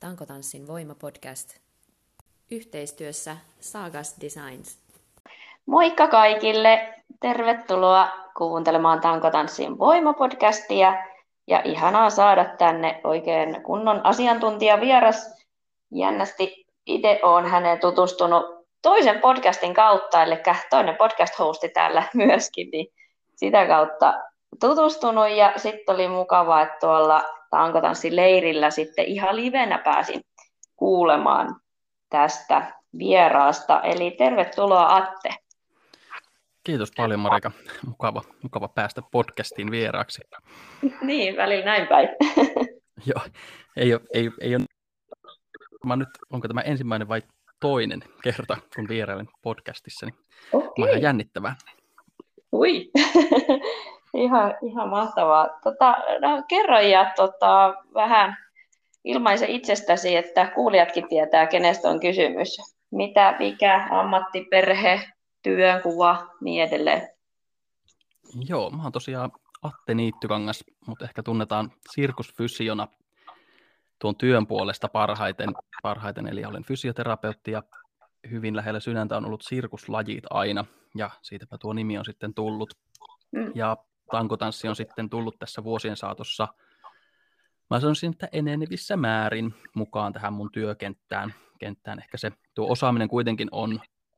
Tankotanssin voimapodcast yhteistyössä Sagas Designs. Moikka kaikille! Tervetuloa kuuntelemaan Tankotanssin voimapodcastia. Ja ihanaa saada tänne oikein kunnon asiantuntijavieras. Jännästi itse olen häneen tutustunut toisen podcastin kautta, eli toinen podcast-hosti täällä myöskin, niin sitä kautta tutustunut. Ja sitten oli mukavaa, että tuolla Tankotanssin leirillä sitten ihan livenä pääsin kuulemaan tästä vieraasta. Eli tervetuloa Atte. Kiitos paljon Marika. Mukava päästä podcastiin vieraaksi. Niin, välillä näin päin. Joo, ei ole. Onko tämä ensimmäinen vai toinen kerta, kun vierailen podcastissa, niin on ihan jännittävää. Ui, ihan mahtavaa. Kerro ja vähän ilmaise itsestäsi, että kuulijatkin tietää, kenestä on kysymys. Mitä, mikä, ammatti, perhe, työnkuva, niin edelleen. Joo, mä oon tosiaan Atte Niittykangas, mutta ehkä tunnetaan sirkusfysiona tuon työn puolesta parhaiten, eli olen fysioterapeutti ja hyvin lähellä sydäntä on ollut sirkuslajit aina, ja siitäpä tuo nimi on sitten tullut. Ja tankotanssi on sitten tullut tässä vuosien saatossa, mä sanoisin, että enenevissä määrin mukaan tähän mun työkenttään. Ehkä se tuo osaaminen kuitenkin on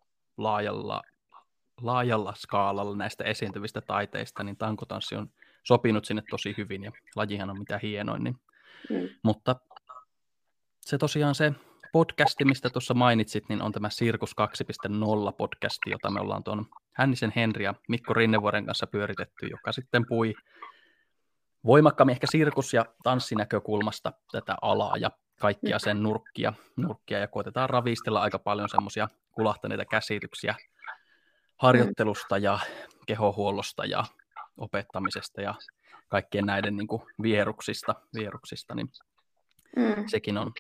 laajalla skaalalla näistä esiintyvistä taiteista, niin tankotanssi on sopinut sinne tosi hyvin, ja lajihan on mitä hienoin. Niin. Mutta se tosiaan se podcasti, mistä tuossa mainitsit, niin on tämä Sirkus 2.0 podcasti, jota me ollaan tuon Hännisen Henri ja Mikko Rinnevuoren kanssa pyöritetty, joka sitten pui voimakkaammin ehkä sirkus- ja tanssinäkökulmasta tätä alaa ja kaikkia sen nurkkia ja koetetaan ravistella aika paljon semmoisia kulahtaneita käsityksiä harjoittelusta ja kehohuollosta ja opettamisesta ja kaikkien näiden niin kuin vieruksista niin sekin on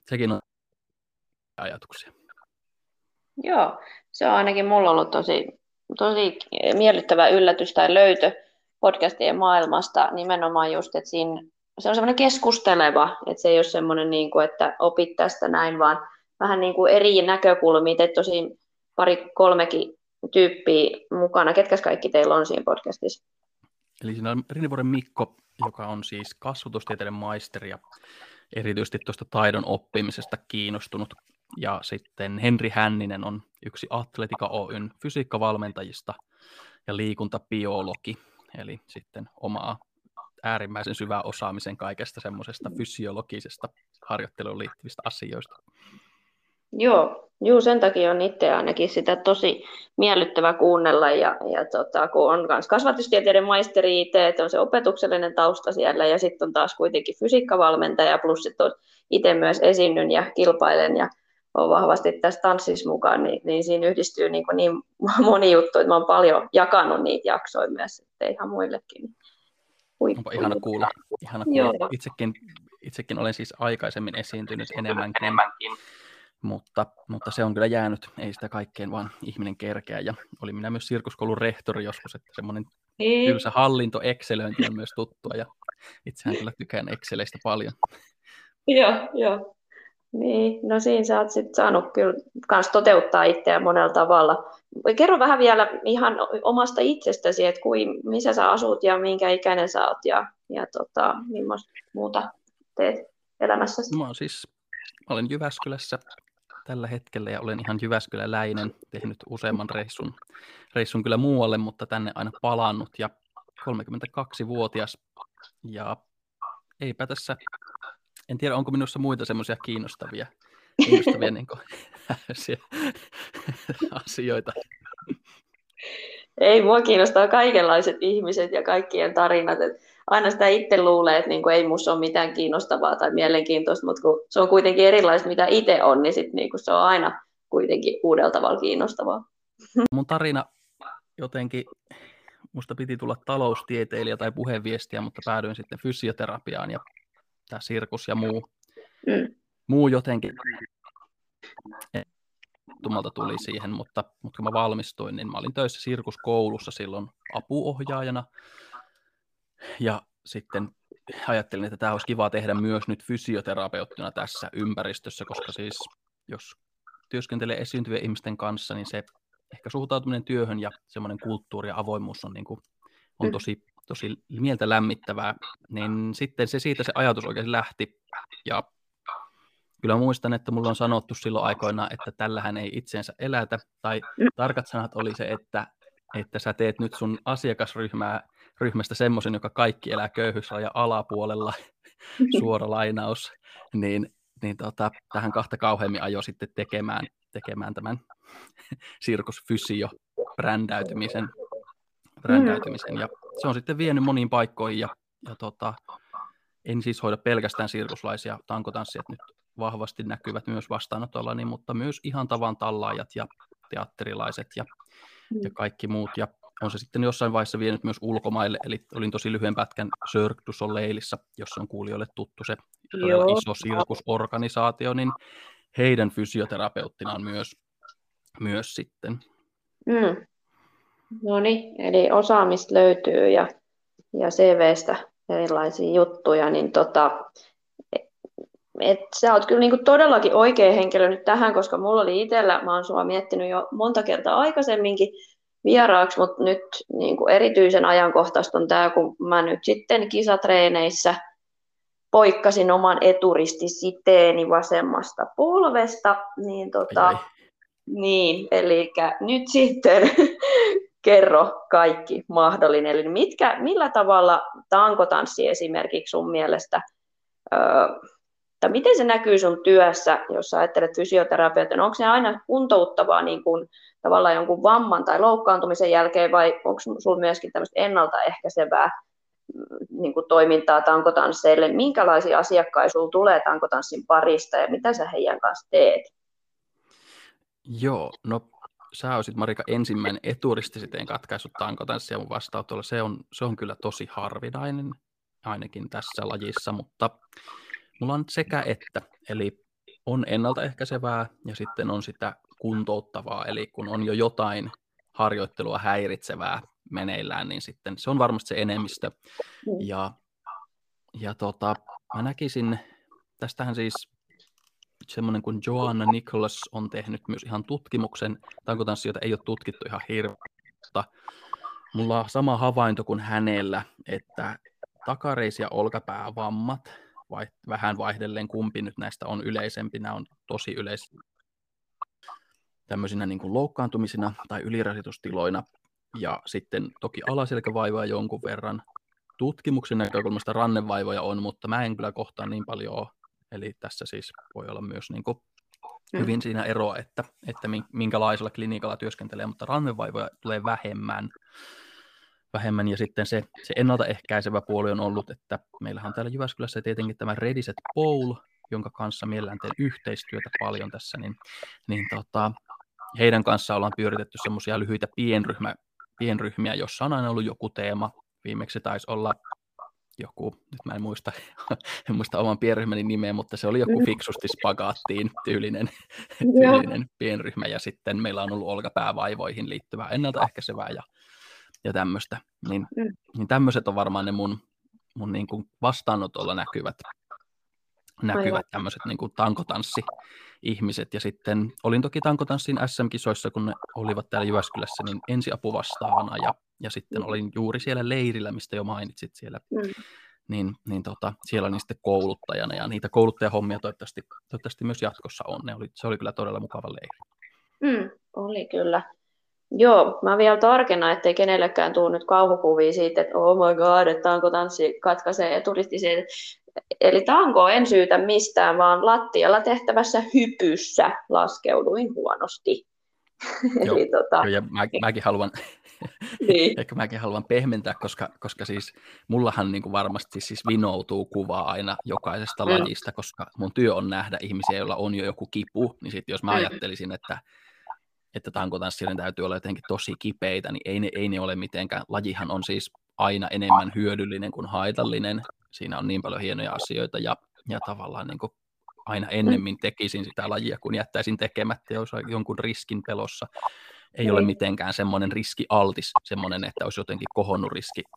ajatuksia. Joo, se on ainakin mulla ollut tosi miellyttävä yllätys tai löytö podcastien maailmasta nimenomaan just, että siinä se on semmoinen keskusteleva, että se ei ole semmoinen, niin kuin, että opit tästä näin, vaan vähän niin kuin eri näkökulmia, että tosi 2-3 tyyppiä mukana. Ketkäs kaikki teillä on siinä podcastissa? Eli siinä on Rinnevuoren Mikko, joka on siis kasvatustieteiden maisteri ja erityisesti tuosta taidon oppimisesta kiinnostunut. Ja sitten Henri Hänninen on yksi Atletica Oyn fysiikkavalmentajista ja liikuntabiologi, eli sitten omaa äärimmäisen syvää osaamisen kaikesta semmoisesta fysiologisesta harjoitteluun liittyvistä asioista. Joo, sen takia on itse ainakin sitä tosi miellyttävä kuunnella ja kun on myös kasvatustieteiden maisteri itse, että on se opetuksellinen tausta siellä ja sitten on taas kuitenkin fysiikkavalmentaja plus sitten itse myös esiinnyn ja kilpailen ja olen vahvasti tässä tanssissa mukaan, niin siinä yhdistyy niin moni juttu, että mä oon paljon jakanut niitä jaksoja myös sitten ihan muillekin. Onpa ihana kuulla. Itsekin olen siis aikaisemmin esiintynyt enemmänkin. Mutta se on kyllä jäänyt, ei sitä kaikkeen vaan ihminen kerkeä. Ja olin minä myös sirkuskoulun rehtori joskus, että semmoinen tylsä hallinto, Excelöinti on myös tuttua. Ja itsehän kyllä tykään Exceleistä paljon. Joo. Niin, no siinä sä oot sitten saanut kyllä kans toteuttaa itseä monella tavalla. Kerro vähän vielä ihan omasta itsestäsi, että missä sä asut ja minkä ikäinen sä oot ja millaista muuta teet elämässäsi. Mä olen Jyväskylässä tällä hetkellä ja olen ihan jyväskyläläinen, tehnyt useamman reissun kyllä muualle, mutta tänne aina palannut ja 32-vuotias ja eipä tässä, en tiedä onko minussa muita semmoisia kiinnostavia niin kuin, asioita. Ei, mua kiinnostaa kaikenlaiset ihmiset ja kaikkien tarinat. Aina sitä itse luulee, että niinku ei musta ole mitään kiinnostavaa tai mielenkiintoista, mutta kun se on kuitenkin erilaista, mitä itse on, niin sit niinku se on aina kuitenkin uudella tavalla kiinnostavaa. Mun tarina jotenkin, musta piti tulla taloustieteilijä tai puheviestiä, mutta päädyin sitten fysioterapiaan ja tämä sirkus ja muu jotenkin tuli siihen, mutta kun mä valmistuin, niin mä olin töissä sirkuskoulussa silloin apuohjaajana. Ja sitten ajattelin, että tämä olisi kiva tehdä myös nyt fysioterapeuttina tässä ympäristössä, koska siis jos työskentelee esiintyvien ihmisten kanssa, niin se ehkä suhtautuminen työhön ja semmoinen kulttuuri ja avoimuus on, niin kuin, on tosi mieltä lämmittävää, niin sitten siitä se ajatus oikein lähti, ja kyllä muistan, että mulla on sanottu silloin aikoinaan, että tällähän ei itseensä elätä, tai tarkat sanat oli se, että sä teet nyt sun asiakasryhmästä semmoisen, joka kaikki elää köyhyysrajan alapuolella, suora lainaus, niin tähän kahta kauheammin ajo sitten tekemään tämän sirkusfysio-brändäytymisen, ja se on sitten vienyt moniin paikkoihin, ja en siis hoida pelkästään sirkuslaisia, tankotanssijat nyt vahvasti näkyvät myös vastaanotollani, mutta myös ihan tavan tallaajat ja teatterilaiset ja kaikki muut, ja on se sitten jossain vaiheessa vienyt myös ulkomaille, eli olin tosi lyhyen pätkän Cirque du Soleilissa, jossa on kuulijoille tuttu se todella iso sirkusorganisaatio, niin heidän fysioterapeuttinaan myös sitten. No niin, eli osaamista löytyy ja CVstä erilaisia juttuja, niin sä oot kyllä niinku todellakin oikea henkilö nyt tähän, koska mulla oli itsellä, mä oon sua miettinyt jo monta kertaa aikaisemminkin vieraaksi, mutta nyt niinku erityisen ajankohtaista on tämä, kun mä nyt sitten kisatreeneissä poikkasin oman eturistisiteeni vasemmasta polvesta, niin, eli nyt sitten kerro kaikki mahdollinen. Eli millä tavalla tankotanssi esimerkiksi sun mielestä, tai miten se näkyy sun työssä, jos sä ajattelet fysioterapeutin? Onko se aina kuntouttavaa niin kuin, tavallaan jonkun vamman tai loukkaantumisen jälkeen, vai onko sulla myöskin tämmöistä ennaltaehkäisevää niin kuin toimintaa tankotansseille? Minkälaisia asiakkaita sulla tulee tankotanssin parista ja mitä sä heidän kanssa teet? Joo, no sä olisit, Marika, ensimmäinen eturistisiteen katkaissut tankotanssia mun vastaanotolla. Se on kyllä tosi harvinainen, ainakin tässä lajissa, mutta mulla on sekä että, eli on ennaltaehkäisevää ja sitten on sitä kuntouttavaa, eli kun on jo jotain harjoittelua häiritsevää meneillään, niin sitten se on varmasti se enemmistö. Ja mä näkisin, tästähän siis semmoinen kuin Joanna Nicholas on tehnyt myös ihan tutkimuksen, tankotanssijoita ei ole tutkittu ihan hirveästi. Mulla on sama havainto kuin hänellä, että takareis- ja olkapäävammat, vähän vaihdellen kumpi nyt näistä on yleisempi, nämä on tosi yleisiä tämmöisinä niin kuin loukkaantumisina tai ylirasitustiloina, ja sitten toki alaselkävaivaa jonkun verran. Tutkimuksen näkökulmasta rannevaivoja on, mutta mä en kyllä kohtaa niin paljon ole. Eli tässä siis voi olla myös niin kuin hyvin siinä eroa, että minkälaisella klinikalla työskentelee, mutta rannevaivoja tulee vähemmän. Ja sitten se ennaltaehkäisevä puoli on ollut, että meillähän on täällä Jyväskylässä tietenkin tämä Rediset Bowl, jonka kanssa mielellään teen yhteistyötä paljon tässä, niin heidän kanssaan ollaan pyöritetty semmoisia lyhyitä pienryhmiä, jossa on aina ollut joku teema. Viimeksi taisi olla joku, nyt mä en muista oman pienryhmäni nimeä, mutta se oli joku fiksusti spagaattiin tyylinen pienryhmä, ja sitten meillä on ollut olkapäävaivoihin liittyvää ennaltaehkäisevää ja tämmöistä. Niin tämmöiset on varmaan ne mun niin kuin vastaanotolla näkyvät tämmöiset niin kuin tankotanssi-ihmiset. Ja sitten olin toki tankotanssin SM-kisoissa, kun ne olivat täällä Jyväskylässä, niin ensiapuvastaavana, ja sitten olin juuri siellä leirillä, mistä jo mainitsit siellä. Siellä olin sitten kouluttajana, ja niitä kouluttajahommia toivottavasti myös jatkossa on. Se oli kyllä todella mukava leiri. Oli kyllä. Joo, mä vielä tarkennan, ettei kenellekään tule nyt kauhukuvia siitä, että oh my god, että tankotanssi katkaisee eturistisiin. Eli tankoa en syytä mistään, vaan lattialla tehtävässä hypyssä laskeuduin huonosti. Joo, ja mäkin haluan, ehkä mäkin haluan pehmentää, koska siis mullahan niin kuin varmasti siis vinoutuu kuvaa aina jokaisesta lajista, koska mun työ on nähdä ihmisiä, joilla on jo joku kipu, niin sitten jos mä ajattelisin, että tankotanssijoiden täytyy olla jotenkin tosi kipeitä, niin ei ne ole mitenkään. Lajihan on siis aina enemmän hyödyllinen kuin haitallinen. Siinä on niin paljon hienoja asioita, ja tavallaan niin kuin aina ennemmin tekisin sitä lajia, kun jättäisin tekemättä, jos on jonkun riskin pelossa. Ei ole mitenkään semmoinen riskialtis, semmoinen, että olisi jotenkin kohonnut riski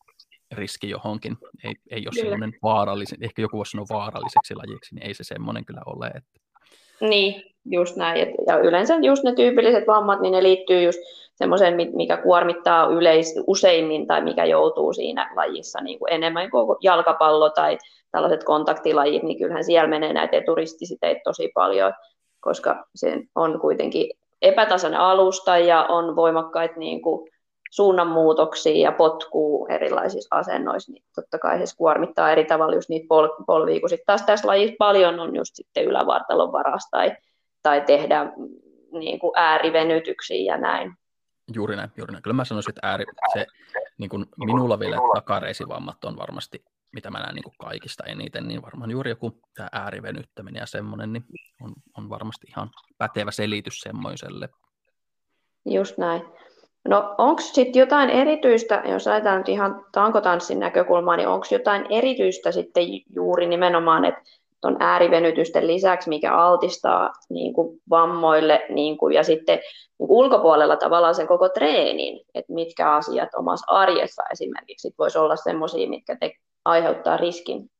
riski johonkin. Ei ole Kyllä. semmoinen vaarallisen, ehkä joku voisi sanoa vaaralliseksi lajiksi, niin ei se semmoinen kyllä ole. Että... Niin, just näin. Ja yleensä just ne tyypilliset vammat, niin ne liittyy just semmoiseen, mikä kuormittaa useimmin tai mikä joutuu siinä lajissa niin kuin enemmän kuin jalkapallo tai tällaiset kontaktilajit, niin kyllähän siellä menee näitä eturistisiteitä tosi paljon, koska se on kuitenkin epätasainen alusta ja on voimakkaita niin kuin suunnanmuutoksia ja potkuu erilaisissa asennoissa, niin totta kai se kuormittaa eri tavalla just niitä polvia, kun sitten taas tässä lajissa paljon on just sitten ylävartalon varassa tai tehdä niin kuin äärivenytyksiä ja näin. Juuri näin. Kyllä mä sanoisin, että se niin kuin minulla vielä takareisivammat on varmasti, mitä mä näen niin kuin kaikista eniten, niin varmaan juuri joku tämä äärivenyttäminen ja semmoinen, niin on varmasti ihan pätevä selitys semmoiselle. Just näin. No onko sitten jotain erityistä, jos ajatellaan nyt ihan tankotanssin näkökulmaa, niin onko jotain erityistä sitten juuri nimenomaan, että tuon äärivenytysten lisäksi, mikä altistaa niin kuin vammoille niin kuin, ja sitten niin kuin ulkopuolella tavallaan sen koko treenin, että mitkä asiat omassa arjessa esimerkiksi voisi olla semmoisia, mitkä aiheuttaa riskin?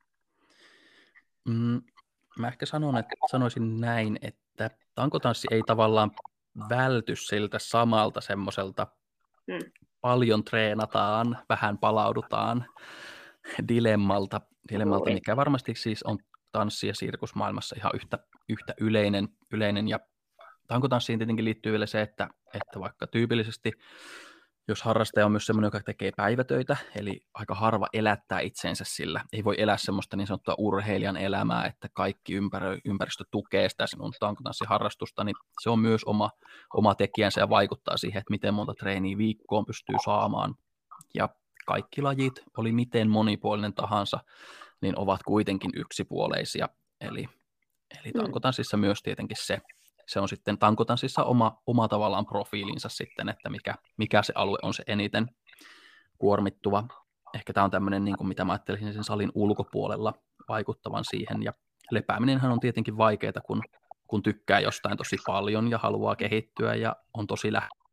Mä ehkä sanoisin näin, että tankotanssi ei tavallaan välty siltä samalta semmoiselta paljon treenataan, vähän palaudutaan dilemmalta, mikä varmasti siis on tanssi- ja sirkusmaailmassa ihan yhtä yleinen. Ja tankotanssiin tietenkin liittyy vielä se, että vaikka tyypillisesti, jos harrastaja on myös semmoinen, joka tekee päivätöitä, eli aika harva elättää itseensä sillä, ei voi elää semmoista niin sanottua urheilijan elämää, että kaikki ympäristö tukee sitä sinun tankotanssiharrastusta, niin se on myös oma tekijänsä ja vaikuttaa siihen, että miten monta treeniä viikkoon pystyy saamaan. Ja kaikki lajit, oli miten monipuolinen tahansa, niin ovat kuitenkin yksipuoleisia. Eli tankotanssissa myös tietenkin se on sitten tankotanssissa oma tavallaan profiilinsa sitten, että mikä se alue on se eniten kuormittuva. Ehkä tämä on tämmöinen, niin kuin mitä mä ajattelisin sen salin ulkopuolella vaikuttavan siihen. Ja lepääminenhän on tietenkin vaikeaa, kun tykkää jostain tosi paljon ja haluaa kehittyä ja on tosi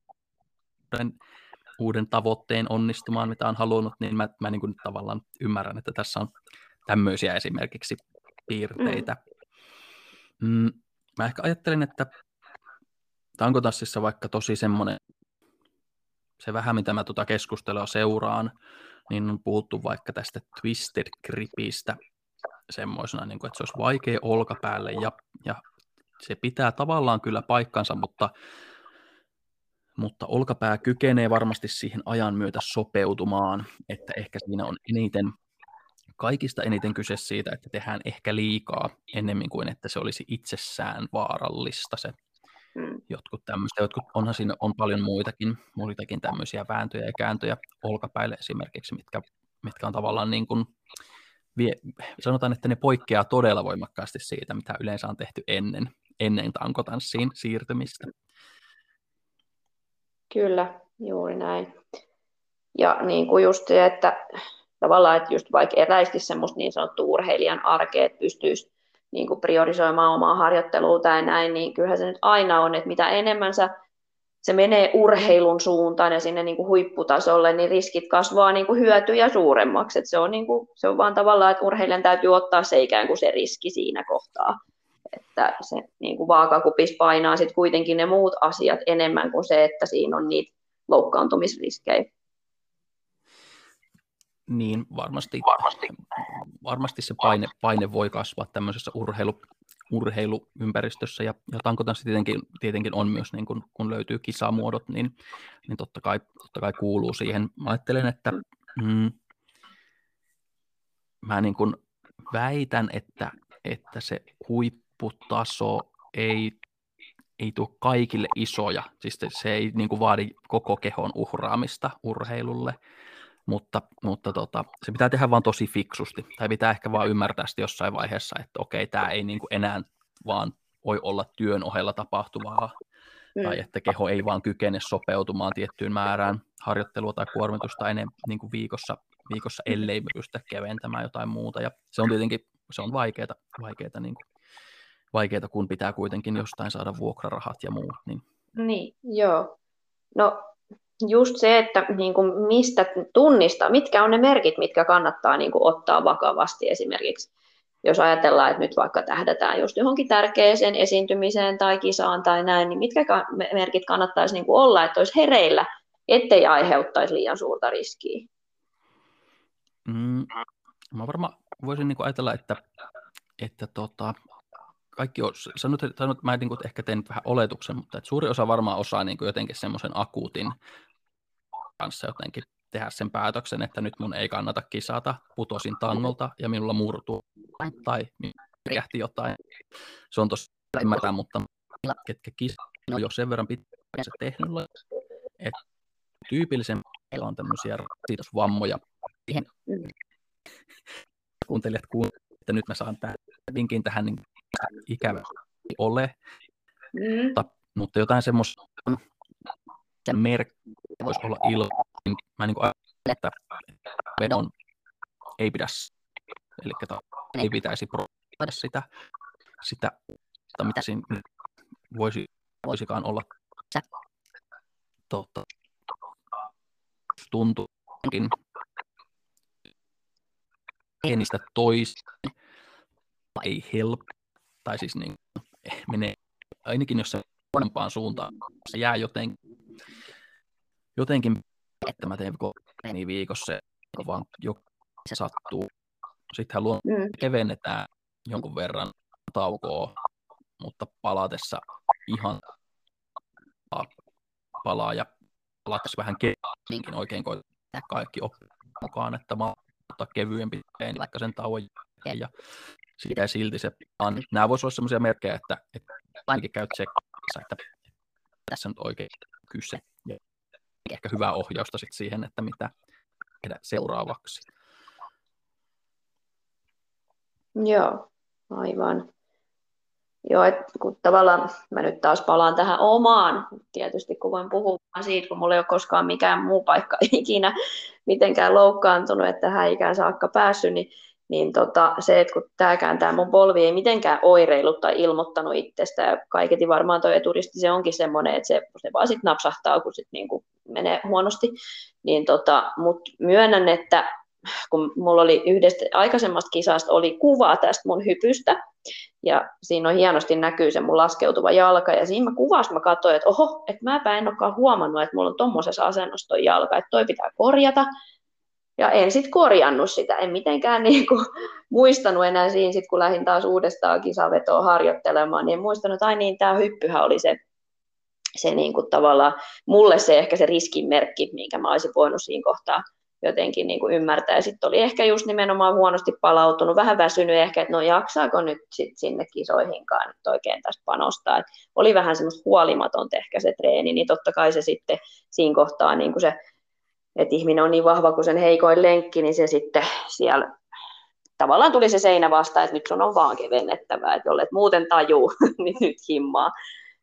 uuden tavoitteen onnistumaan, mitä on halunnut, niin mä niin kuin tavallaan ymmärrän, että tässä on tämmöisiä esimerkiksi piirteitä. Mä ehkä ajattelin, että tankotanssissa vaikka tosi semmoinen, se vähän mitä mä tuota keskustelua seuraan, niin on puhuttu vaikka tästä twisted gripistä semmoisena, niin kuin, että se olisi vaikea olkapäälle ja se pitää tavallaan kyllä paikkansa, mutta olkapää kykenee varmasti siihen ajan myötä sopeutumaan, että ehkä siinä on kaikista eniten kyse siitä, että tehdään ehkä liikaa ennemmin kuin että se olisi itsessään vaarallista se jotkut tämmöistä. Onhan siinä on paljon muitakin tämmöisiä vääntöjä ja kääntöjä olkapäille esimerkiksi, mitkä on tavallaan niin kuin, sanotaan, että ne poikkeaa todella voimakkaasti siitä, mitä yleensä on tehty ennen tankotanssiin siirtymistä. Kyllä, juuri näin. Ja niin kuin just se, että tavallaan, että just vaikka eräisesti semmoista niin sanottua urheilijan arkea, että pystyisi niin kuin priorisoimaan omaa harjoittelua tai näin, niin kyllähän se nyt aina on, että mitä enemmän se menee urheilun suuntaan ja sinne niin kuin huipputasolle, niin riskit kasvaa niin kuin hyötyjä suuremmaksi. Että se on vaan tavallaan, että urheilijan täytyy ottaa se ikään kuin se riski siinä kohtaa. Että se niin kuin vaakakupissa painaa sitten kuitenkin ne muut asiat enemmän kuin se, että siinä on niitä loukkaantumisriskejä. Niin, varmasti se paine voi kasvaa tämmöisessä urheiluympäristössä, ja tankotanssi tietenkin on myös, niin kun löytyy kisamuodot, niin totta kai kuuluu siihen. Mä ajattelen, että mä niin kun väitän, että se huipputaso ei tule kaikille isoja, siis se ei niin kuin vaadi koko kehon uhraamista urheilulle, mutta se pitää tehdä vaan tosi fiksusti, tai pitää ehkä vaan ymmärtää sitten jossain vaiheessa, että okei, tämä ei niin kuin enää vaan voi olla työn ohella tapahtuvaa, tai että keho ei vaan kykene sopeutumaan tiettyyn määrään harjoittelua tai kuormitusta enemmän niin kuin viikossa, ellei pystytä keventämään jotain muuta, ja se on tietenkin vaikeaa, kun pitää kuitenkin jostain saada vuokrarahat ja muut. Niin, joo. No just se, että niin kuin mistä tunnistaa, mitkä on ne merkit, mitkä kannattaa niin kuin ottaa vakavasti esimerkiksi. Jos ajatellaan, että nyt vaikka tähdätään just johonkin tärkeäseen esiintymiseen tai kisaan tai näin, niin mitkä merkit kannattaisi niin kuin olla, että olisi hereillä, ettei aiheuttaisi liian suurta riskiä? Mä varmaan voisin niin kuin ajatella, että kaikki on, sanot, mä niin kuin ehkä tein nyt vähän oletuksen, mutta että suuri osa varmaan osaa niin kuin jotenkin semmoisen akuutin kanssa jotenkin tehdä sen päätöksen, että nyt mun ei kannata kisata, putosin tangolta ja minulla murtuu tai räjähti jotain. Se on tosi ymmärtää, mutta ketkä kisat on jo sen verran pitkään se tehnyt, että tyypillisen on tämmöisiä rasitusvammoja. Kuuntelijat että nyt mä saan tämän vinkin tähän, niin ikävä ole, mutta jotain semmoista merkkiä voisi olla ilo. Mä niin kuin ajattelen, että vedon ei pidä, eli ei pitäisi provoida sitä mitä siinä voisikaan olla tuntuukin pienistä toista ei helppo, tai siis niin, menee, ainakin jos se parempaan suuntaan, se jää jotenkin, että mä teen niin viikossa, vaan joku se sattuu. Sittenhän kevennetään jonkun verran taukoa, mutta palatessa ihan palaa ja palatessa vähän kevyinkin oikein koittaa kaikki mukaan, että mä ottaa kevyempi vaikka sen tauon ja siitä silti se on. Nämä voisivat olla sellaisia merkkejä, että ainakin käy tsekkissä, että tässä nyt oikein kyse ja ehkä hyvää ohjausta sit siihen, että mitä tehdä seuraavaksi. Joo, aivan. Joo, että kun tavallaan mä nyt taas palaan tähän omaan, tietysti kun voin puhua siitä, kun mulla ei ole koskaan mikään muu paikka ikinä mitenkään loukkaantunut, että tähän ikään saakka päässyt, niin se, että kun tämä mun polvi ei mitenkään oireillut tai ilmoittanut itsestä, ja kaiketi varmaan tuo eturisti se onkin semmoinen, että se vaan sitten napsahtaa, kun sitten niinku menee huonosti, niin mutta myönnän, että kun mulla oli yhdestä aikaisemmasta kisasta oli kuva tästä mun hypystä, ja siinä on hienosti näkyy se mun laskeutuva jalka, ja siinä kuvassa mä katsoin, että oho, että mäpä en olekaan huomannut, että mulla on tommosessa asennossa toi jalka, että toi pitää korjata, ja en sitten korjannut sitä, en mitenkään niinku muistanut enää siinä, sit kun lähdin taas uudestaan kisavetoa harjoittelemaan, niin en muistanut, että ai niin, tämä hyppyhän oli se niinku tavallaan, mulle se ehkä se riskinmerkki, minkä mä olisin voinut siinä kohtaa jotenkin niin kuin ymmärtää. Ja sitten oli ehkä just nimenomaan huonosti palautunut, vähän väsynyt ehkä, että no jaksaako nyt sit sinne kisoihinkaan nyt oikein tästä panostaa. Et oli vähän semmoista huolimatonta ehkä se treeni, niin totta kai se sitten siinä kohtaa, niin kuin se, että ihminen on niin vahva kuin sen heikoin lenkki, niin se sitten siellä tavallaan tuli se seinä vastaan, että nyt sun on vaan kevennettävää, että jollet muuten tajuu, niin nyt himmaa.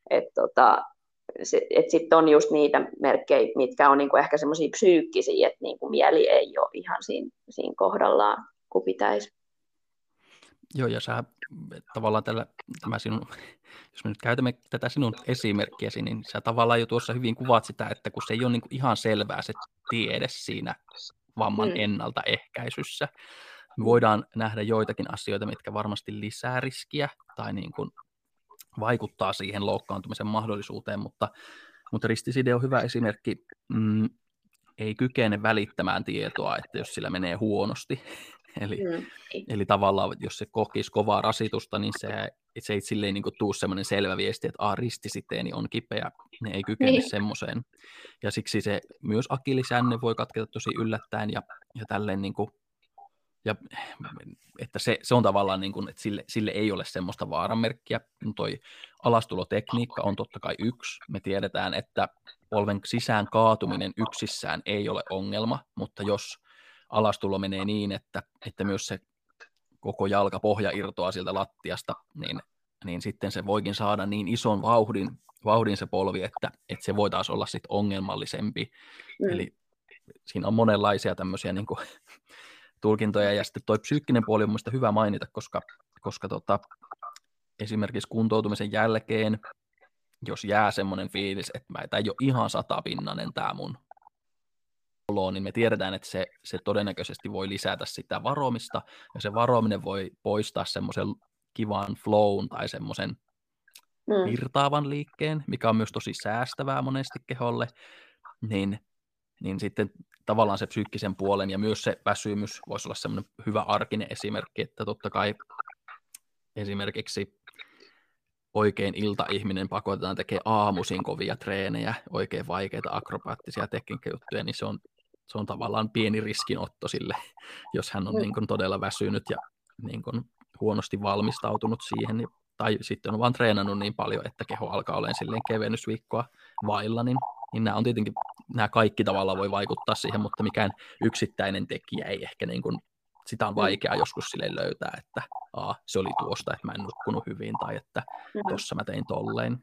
Että sitten on just niitä merkkejä, mitkä on niinku ehkä semmoisia psyykkisiä, että niinku mieli ei ole ihan siinä kohdallaan, kun pitäisi. Joo, ja sä tavallaan tämä sinun, jos me nyt käytämme tätä sinun esimerkkiäsi, niin sä tavallaan jo tuossa hyvin kuvaat sitä, että kun se ei ole niinku ihan selvää se tiede siinä vamman ennaltaehkäisyssä, me voidaan nähdä joitakin asioita, mitkä varmasti lisää riskiä tai niin kuin vaikuttaa siihen loukkaantumisen mahdollisuuteen, mutta ristiside on hyvä esimerkki, ei kykene välittämään tietoa, että jos sillä menee huonosti, eli tavallaan jos se kokisi kovaa rasitusta, niin se ei silleen niin kuin tuu semmoinen selvä viesti, että ristisiteeni on kipeä, ne ei kykene semmoiseen, ja siksi se myös akillisänne voi katketa tosi yllättäen, ja tälleen niin kuin ja että se on tavallaan, niin kuin, että sille ei ole semmoista vaaranmerkkiä. Toi alastulotekniikka on totta kai yksi. Me tiedetään, että polven sisään kaatuminen yksissään ei ole ongelma, mutta jos alastulo menee niin, että myös se koko jalkapohja irtoaa sieltä lattiasta, niin sitten se voikin saada niin ison vauhdin se polvi, että se voi taas olla sitten ongelmallisempi. Eli siinä on monenlaisia tämmöisiä niin kuin tulkintoja, ja sitten toi psyykkinen puoli on mielestäni hyvä mainita, koska esimerkiksi kuntoutumisen jälkeen, jos jää semmoinen fiilis, että tämä ei ole ihan 100-pinnainen tämä mun oloon, niin me tiedetään, että se todennäköisesti voi lisätä sitä varomista, ja se varominen voi poistaa semmoisen kivan flown tai semmoisen virtaavan liikkeen, mikä on myös tosi säästävää monesti keholle, niin sitten tavallaan se psyykkisen puolen ja myös se väsymys voisi olla semmoinen hyvä arkinen esimerkki, että totta kai esimerkiksi oikein iltaihminen pakotetaan tekemään aamuisin kovia treenejä, oikein vaikeita akrobaattisia tekniikkajuttuja, niin se on tavallaan pieni riskinotto sille, jos hän on niin kuin todella väsynyt ja niin kuin huonosti valmistautunut siihen, tai sitten on vaan treenannut niin paljon, että keho alkaa olemaan silleen kevennysviikkoa vailla, niin nämä on tietenkin, nämä kaikki tavallaan voi vaikuttaa siihen, mutta mikään yksittäinen tekijä ei ehkä niin kuin, sitä on vaikea joskus silleen löytää, että se oli tuosta, että mä en nukkunut hyvin, tai että tossa mä tein tolleen.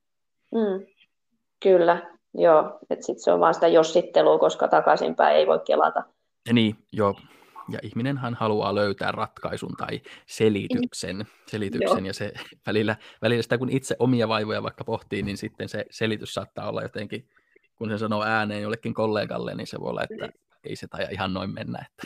Kyllä, joo, että sitten se on vaan sitä jossittelua, koska takaisinpäin ei voi kelata. Niin, joo. Ja ihminenhän haluaa löytää ratkaisun tai selityksen ja se välillä sitä kun itse omia vaivoja vaikka pohtii, niin sitten se selitys saattaa olla jotenkin, kun se sanoo ääneen jollekin kollegalle, niin se voi olla, että ei se taida ihan noin mennä. Että...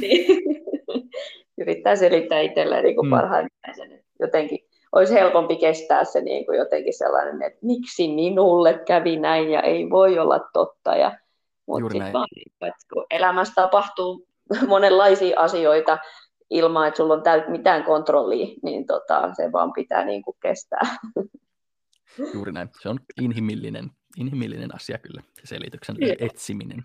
Yrittää selittää itselleen niin parhaimmillaan sen, että jotenkin olisi helpompi kestää se niin kuin jotenkin sellainen, että miksi minulle kävi näin ja ei voi olla totta. Mutta sitten vaan, että kun elämässä tapahtuu monenlaisia asioita ilman, että sulla on mitään kontrollia, niin se vaan pitää niin kuin kestää. Juuri näin. Se on inhimillinen asia kyllä, se selityksen etsiminen.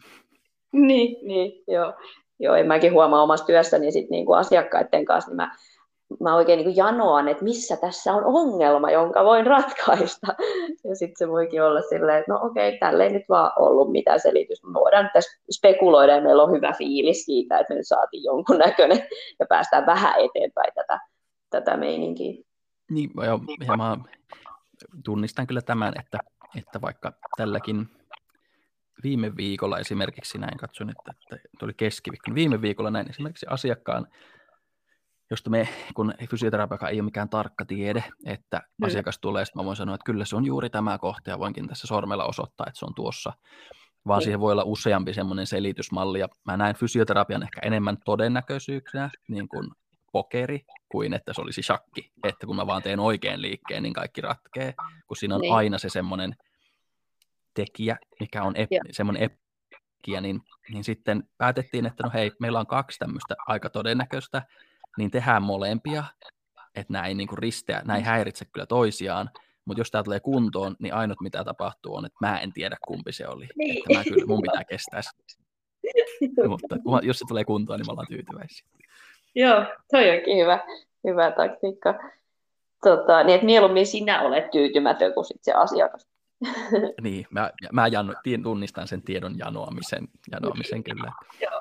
Niin, joo. En mäkin huomaa omassa työssäni sit niin kuin asiakkaiden kanssa, niin mä oikein niin kuin janoan, että missä tässä on ongelma, jonka voin ratkaista. Ja sitten se voikin olla silleen, että no okei, tällä ei nyt vaan ollut mitään selitystä. Me voidaan nyt tässä spekuloida ja meillä on hyvä fiilis siitä, että me nyt saatiin jonkun näköinen ja päästään vähän eteenpäin tätä meininkiä. Niin, ja mä tunnistan kyllä tämän, että vaikka tälläkin viime viikolla esimerkiksi näin katson, että tuli keskiviikko. Viime viikolla näin esimerkiksi asiakkaan, josta kun fysioterapia ei ole mikään tarkka tiede, että asiakas tulee, sitten mä voin sanoa, että kyllä se on juuri tämä kohta ja voinkin tässä sormella osoittaa, että se on tuossa, vaan siihen voi olla useampi semmoinen selitysmalli ja mä näen fysioterapian ehkä enemmän todennäköisyyksiä, niin kuin pokeri, kuin että se olisi shakki, että kun mä vaan teen oikean liikkeen, niin kaikki ratkee, kun siinä on aina se semmoinen tekijä, mikä on semmoinen tekijä, niin sitten päätettiin, että no hei, meillä on 2 tämmöistä aika todennäköistä, niin tehdään molempia, että nämä ei niin kuin risteä, nämä ei häiritse kyllä toisiaan, mutta jos tämä tulee kuntoon, niin ainut mitä tapahtuu on, että mä en tiedä kumpi se oli, että mun pitää kestää sitä. Mutta jos se tulee kuntoon, niin me ollaan tyytyväisiä. Joo, toi onkin hyvä taktiikka. Niin, että mieluummin sinä olet tyytymätön kuin sit se asiakas. Niin, mä tunnistan sen tiedon janoamisen kyllä. Joo.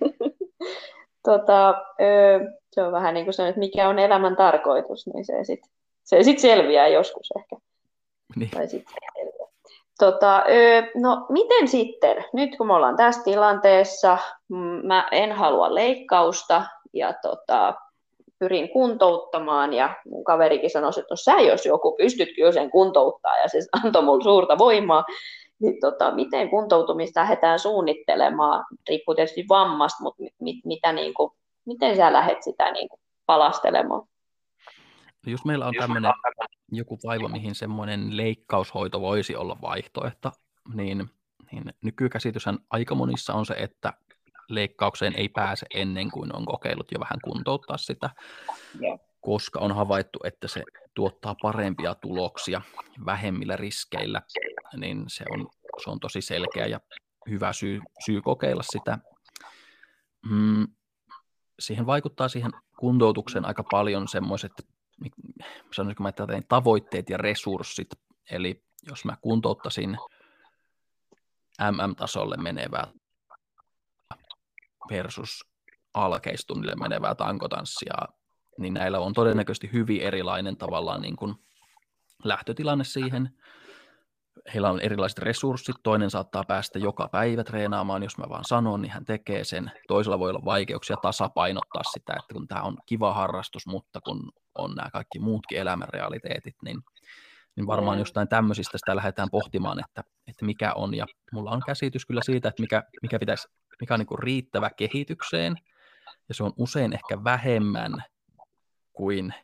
Se on vähän niin kuin se, että mikä on elämän tarkoitus, niin se sit selviää joskus ehkä. Niin. Tai sit no miten sitten, nyt kun me ollaan tässä tilanteessa, mä en halua leikkausta ja pyrin kuntouttamaan ja mun kaverikin sanoi, että no sä jos joku pystyt kyllä sen kuntouttaa ja se antoi mulle suurta voimaa, niin miten kuntoutumista lähdetään suunnittelemaan, riippuu tietysti vammasta, mutta miten sä lähdet sitä niin kuin palastelemaan? Jos meillä on tämmöinen joku vaiva, mihin semmoinen leikkaushoito voisi olla vaihtoehto, niin nykykäsityshän aika monissa on se, että leikkaukseen ei pääse ennen kuin on kokeillut jo vähän kuntouttaa sitä, koska on havaittu, että se tuottaa parempia tuloksia vähemmillä riskeillä, niin se on tosi selkeä ja hyvä syy kokeilla sitä. Siihen vaikuttaa siihen kuntoutukseen aika paljon semmoiset, sanoisinko mä, että tavoitteet ja resurssit, eli jos mä kuntouttaisin MM-tasolle menevää versus alkeistunnille menevää tankotanssia, niin näillä on todennäköisesti hyvin erilainen tavallaan niin kuin lähtötilanne siihen. Heillä on erilaiset resurssit, toinen saattaa päästä joka päivä treenaamaan, jos mä vaan sanon, niin hän tekee sen. Toisella voi olla vaikeuksia tasapainottaa sitä, että kun tämä on kiva harrastus, mutta kun on nämä kaikki muutkin elämän realiteetit, niin varmaan jostain tämmöisistä sitä lähdetään pohtimaan, että mikä on. Ja mulla on käsitys kyllä siitä, että mikä pitäisi mikä on niin kuin riittävä kehitykseen, ja se on usein ehkä vähemmän kuin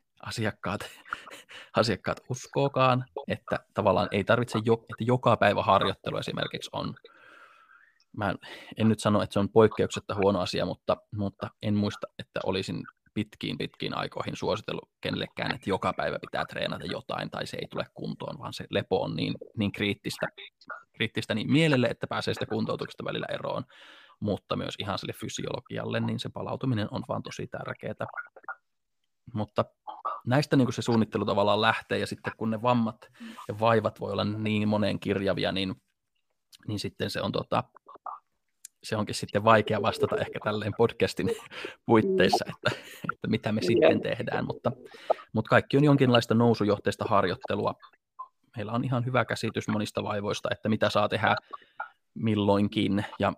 asiakkaat uskookaan, että tavallaan ei tarvitse, että joka päivä harjoittelu esimerkiksi on, mä en nyt sano, että se on poikkeuksetta huono asia, mutta en muista, että olisin pitkiin aikoihin suositellut kenellekään, että joka päivä pitää treenata jotain tai se ei tule kuntoon, vaan se lepo on niin kriittistä niin mielelle, että pääsee sitä kuntoutuksesta välillä eroon, mutta myös ihan sille fysiologialle, niin se palautuminen on vaan tosi tärkeää. Mutta näistä niin kuin se suunnittelu tavallaan lähtee, ja sitten kun ne vammat ja vaivat voi olla niin moneen kirjavia, niin sitten se onkin sitten vaikea vastata ehkä tälleen podcastin puitteissa, että mitä me sitten tehdään, mutta kaikki on jonkinlaista nousujohteista harjoittelua. Meillä on ihan hyvä käsitys monista vaivoista, että mitä saa tehdä milloinkin ja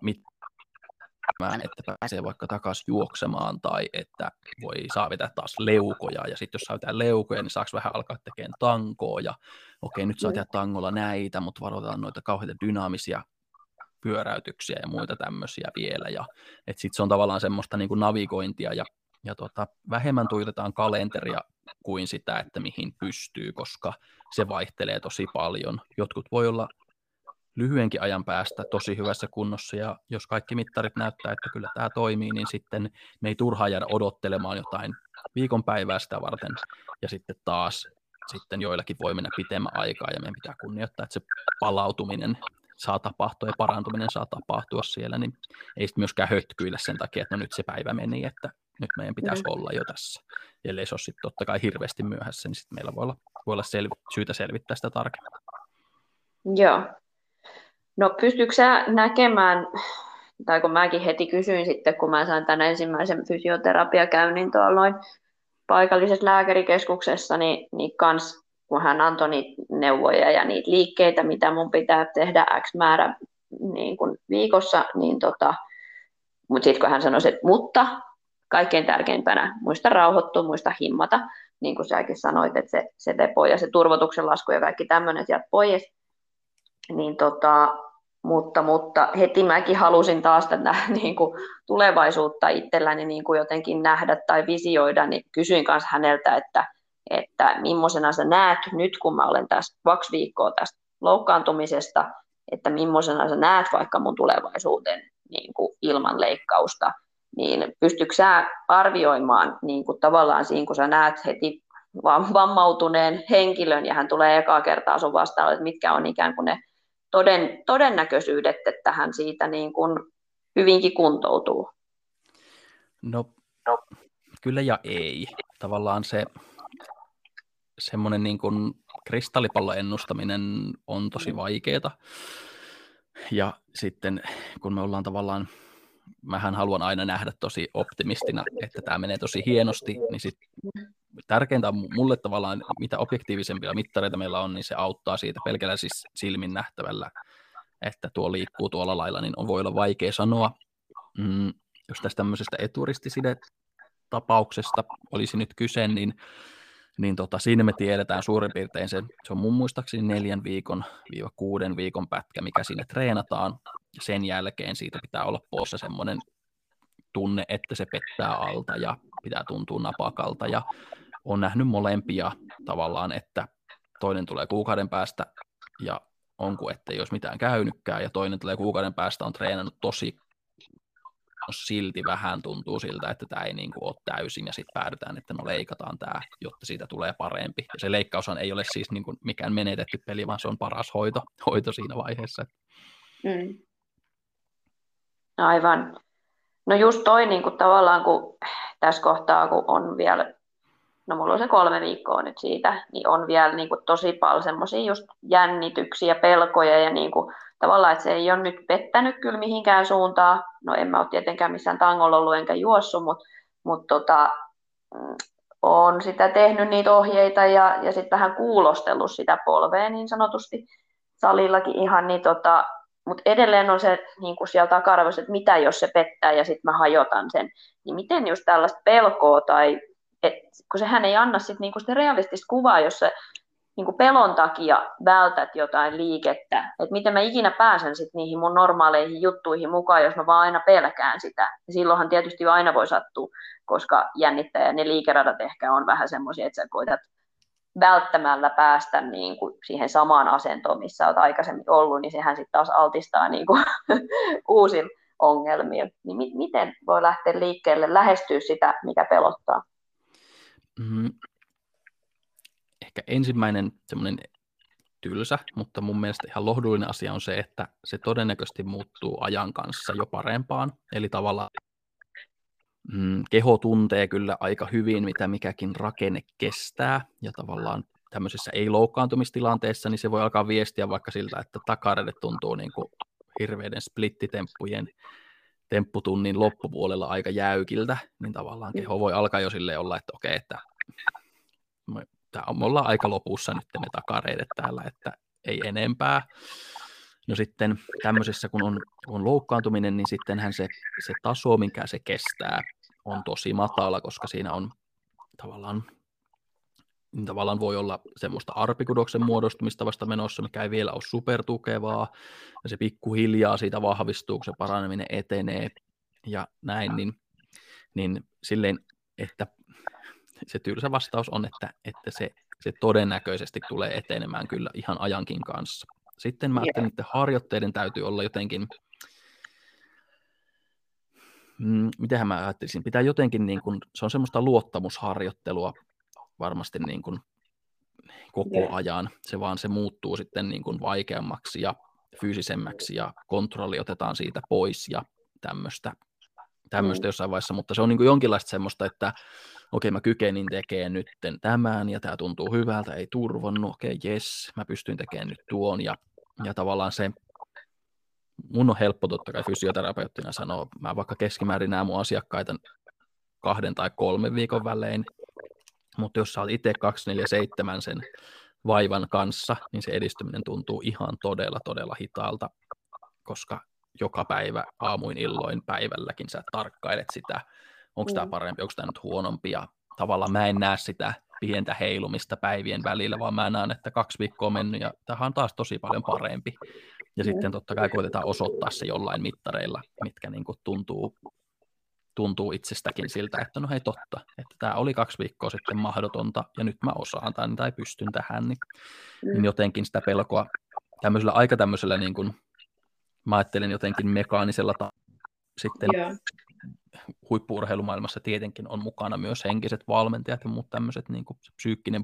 että pääsee vaikka takaisin juoksemaan tai että saa vetää taas leukoja ja sitten jos saa vetää leukoja, niin saako vähän alkaa tekemään tankoa ja okei, nyt saa tehdä tangolla näitä, mutta varoitetaan noita kauheita dynaamisia pyöräytyksiä ja muita tämmöisiä vielä ja että sitten se on tavallaan semmoista niin kuin navigointia ja vähemmän tuijotetaan kalenteria kuin sitä, että mihin pystyy, koska se vaihtelee tosi paljon. Jotkut voi olla lyhyenkin ajan päästä tosi hyvässä kunnossa, ja jos kaikki mittarit näyttää, että kyllä tämä toimii, niin sitten me ei turhaan jäädä odottelemaan jotain viikonpäivää sitä varten, ja sitten taas joillakin voi mennä pitemmän aikaa, ja meidän pitää kunnioittaa, että se palautuminen saa tapahtua ja parantuminen saa tapahtua siellä, niin ei sitten myöskään hötkyillä sen takia, että no nyt se päivä meni, että nyt meidän pitäisi olla jo tässä. Ellei se ole sitten totta kai hirveästi myöhässä, niin sitten meillä voi olla syytä selvittää sitä tarkemmin. Joo. No pystytkö sä näkemään, tai kun mäkin heti kysyin sitten, kun mä sain tämän ensimmäisen fysioterapiakäynnin tuolla noin paikallisessa lääkärikeskuksessa, niin kans, kun hän antoi niitä neuvoja ja niitä liikkeitä, mitä mun pitää tehdä X määrä niin kuin viikossa, niin mutta sitten kun hän sanoi, että mutta kaikkein tärkeimpänä muista rauhoittua, muista himmata, niin kuin säkin sanoit, että se lepo ja se turvotuksen lasku ja kaikki tämmöinen sieltä pois, niin mutta heti mäkin halusin taas tätä niin kuin tulevaisuutta itselläni niin kuin jotenkin nähdä tai visioida, niin kysyin kanssa häneltä, että millaisena sä näet nyt, kun mä olen tässä 2 viikkoa tästä loukkaantumisesta, että millaisena sä näet vaikka mun tulevaisuuden niin kuin ilman leikkausta, niin pystytkö sä arvioimaan niin kuin tavallaan siinä, kun sä näet heti vammautuneen henkilön ja hän tulee ekaa kertaa sun vastaan, että mitkä on ikään kuin ne todennäköisyydet, että hän siitä niin kuin hyvinkin kuntoutuu? No, kyllä ja ei. Tavallaan semmoinen niin kuin kristallipallon ennustaminen on tosi vaikeaa. Ja sitten kun me ollaan tavallaan, mähän haluan aina nähdä tosi optimistina, että tämä menee tosi hienosti, niin sitten tärkeintä on mulle tavallaan, mitä objektiivisempia mittareita meillä on, niin se auttaa siitä pelkällä siis silmin nähtävällä, että tuo liikkuu tuolla lailla, niin voi olla vaikea sanoa. Jos tästä tämmöisestä eturistiside-tapauksesta olisi nyt kyse, niin siinä me tiedetään suurin piirtein se on mun muistaakseni 4-6 viikon pätkä, mikä siinä treenataan. Sen jälkeen siitä pitää olla poissa semmoinen tunne, että se pettää alta ja pitää tuntua napakalta. Ja olen nähnyt molempia tavallaan, että toinen tulee kuukauden päästä ja onko, että ei olisi mitään käynytkään, ja toinen tulee kuukauden päästä, on treenannut tosi, silti vähän tuntuu siltä, että tämä ei niin kuin ole täysin, ja sitten päädytään, että no leikataan tämä, jotta siitä tulee parempi. Ja se leikkaushan ei ole siis niin kuin mikään menetetty peli, vaan se on paras hoito siinä vaiheessa. Aivan. No just toi niin kuin tavallaan, kun tässä kohtaa, kun on vielä, no mulla on se 3 viikkoa nyt siitä, niin on vielä niin kuin tosi paljon semmoisia just jännityksiä, pelkoja ja niin kuin, tavallaan, että se ei ole nyt pettänyt kyllä mihinkään suuntaan. No en mä ole tietenkään missään tangolla ollut enkä juossut, mutta olen sitä tehnyt niitä ohjeita ja sitten vähän kuulostellut sitä polvea niin sanotusti salillakin ihan, niin mutta edelleen on se niin kuin siellä takaraivossa, että mitä jos se pettää ja sitten mä hajotan sen. Niin miten just tällaista pelkoa kun sehän ei anna sit niinku sitä realistista kuvaa, jos se niin kuin pelon takia vältät jotain liikettä, että miten mä ikinä pääsen sitten niihin mun normaaleihin juttuihin mukaan, jos mä vaan aina pelkään sitä. Ja silloinhan tietysti aina voi sattua, koska jännittää ja ne liikeradat ehkä on vähän semmoisia, että sä koetat välttämällä päästä niin kuin siihen samaan asentoon, missä olet aikaisemmin ollut, niin sehän sitten taas altistaa niin kuin uusin ongelmia. Niin miten voi lähteä liikkeelle, lähestyä sitä, mikä pelottaa? Ehkä ensimmäinen semmoinen tylsä, mutta mun mielestä ihan lohdullinen asia on se, että se todennäköisesti muuttuu ajan kanssa jo parempaan. Eli tavallaan keho tuntee kyllä aika hyvin, mitä mikäkin rakenne kestää, ja tavallaan tämmöisessä ei-loukkaantumistilanteessa, niin se voi alkaa viestiä vaikka siltä, että takaredet tuntuu niin kuin hirveiden splittitemppujen tempputunnin loppupuolella aika jäykiltä, niin tavallaan keho voi alkaa jo silleen olla, että okei, että me ollaan aika lopussa nyt me takareidet täällä, että ei enempää. No sitten tämmöisessä, kun on loukkaantuminen, niin sittenhän se taso, minkä se kestää, on tosi matala, koska siinä on tavallaan voi olla semmoista arpikudoksen muodostumista vasta menossa, mikä ei vielä ole supertukevaa, ja se pikkuhiljaa siitä vahvistuu, kun se paraneminen etenee, ja näin, niin silleen, että se tylsä vastaus on, että se todennäköisesti tulee etenemään kyllä ihan ajankin kanssa. Sitten mä ajattelin, että harjoitteiden täytyy olla jotenkin, mitähän mä ajattelisin, pitää jotenkin, niin kuin, se on semmoista luottamusharjoittelua varmasti niin kuin koko ajan, se muuttuu sitten niin kuin vaikeammaksi ja fyysisemmäksi ja kontrolli otetaan siitä pois ja tämmöistä jossain vaiheessa, mutta se on niin kuin jonkinlaista semmoista, että okei, mä kykenin tekemään nyt tämän, ja tämä tuntuu hyvältä, ei turvonnut, okei, jes, mä pystyn tekemään nyt tuon, ja tavallaan se, mun on helppo totta kai fysioterapeuttina sanoa, mä vaikka keskimäärin näen mun asiakkaita 2 tai 3 viikon välein, mutta jos sä oot itse 247 sen vaivan kanssa, niin se edistyminen tuntuu ihan todella hitaalta, koska joka päivä aamuin illoin päivälläkin sä tarkkailet sitä, onko tämä parempi, onko tämä nyt huonompi, ja tavallaan mä en näe sitä pientä heilumista päivien välillä, vaan mä näen, että 2 viikkoa on mennyt, ja tämähän on taas tosi paljon parempi. Ja sitten totta kai koitetaan osoittaa se jollain mittareilla, mitkä niin kuin tuntuu itsestäkin siltä, että no hei totta, että tämä oli 2 viikkoa sitten mahdotonta, ja nyt mä osaan tai pystyn tähän, niin jotenkin sitä pelkoa tämmöisellä niin kuin, mä ajattelen jotenkin mekaanisella sitten huippu-urheilumaailmassa tietenkin on mukana myös henkiset valmentajat ja muut tämmöiset niin kuin se psyykkinen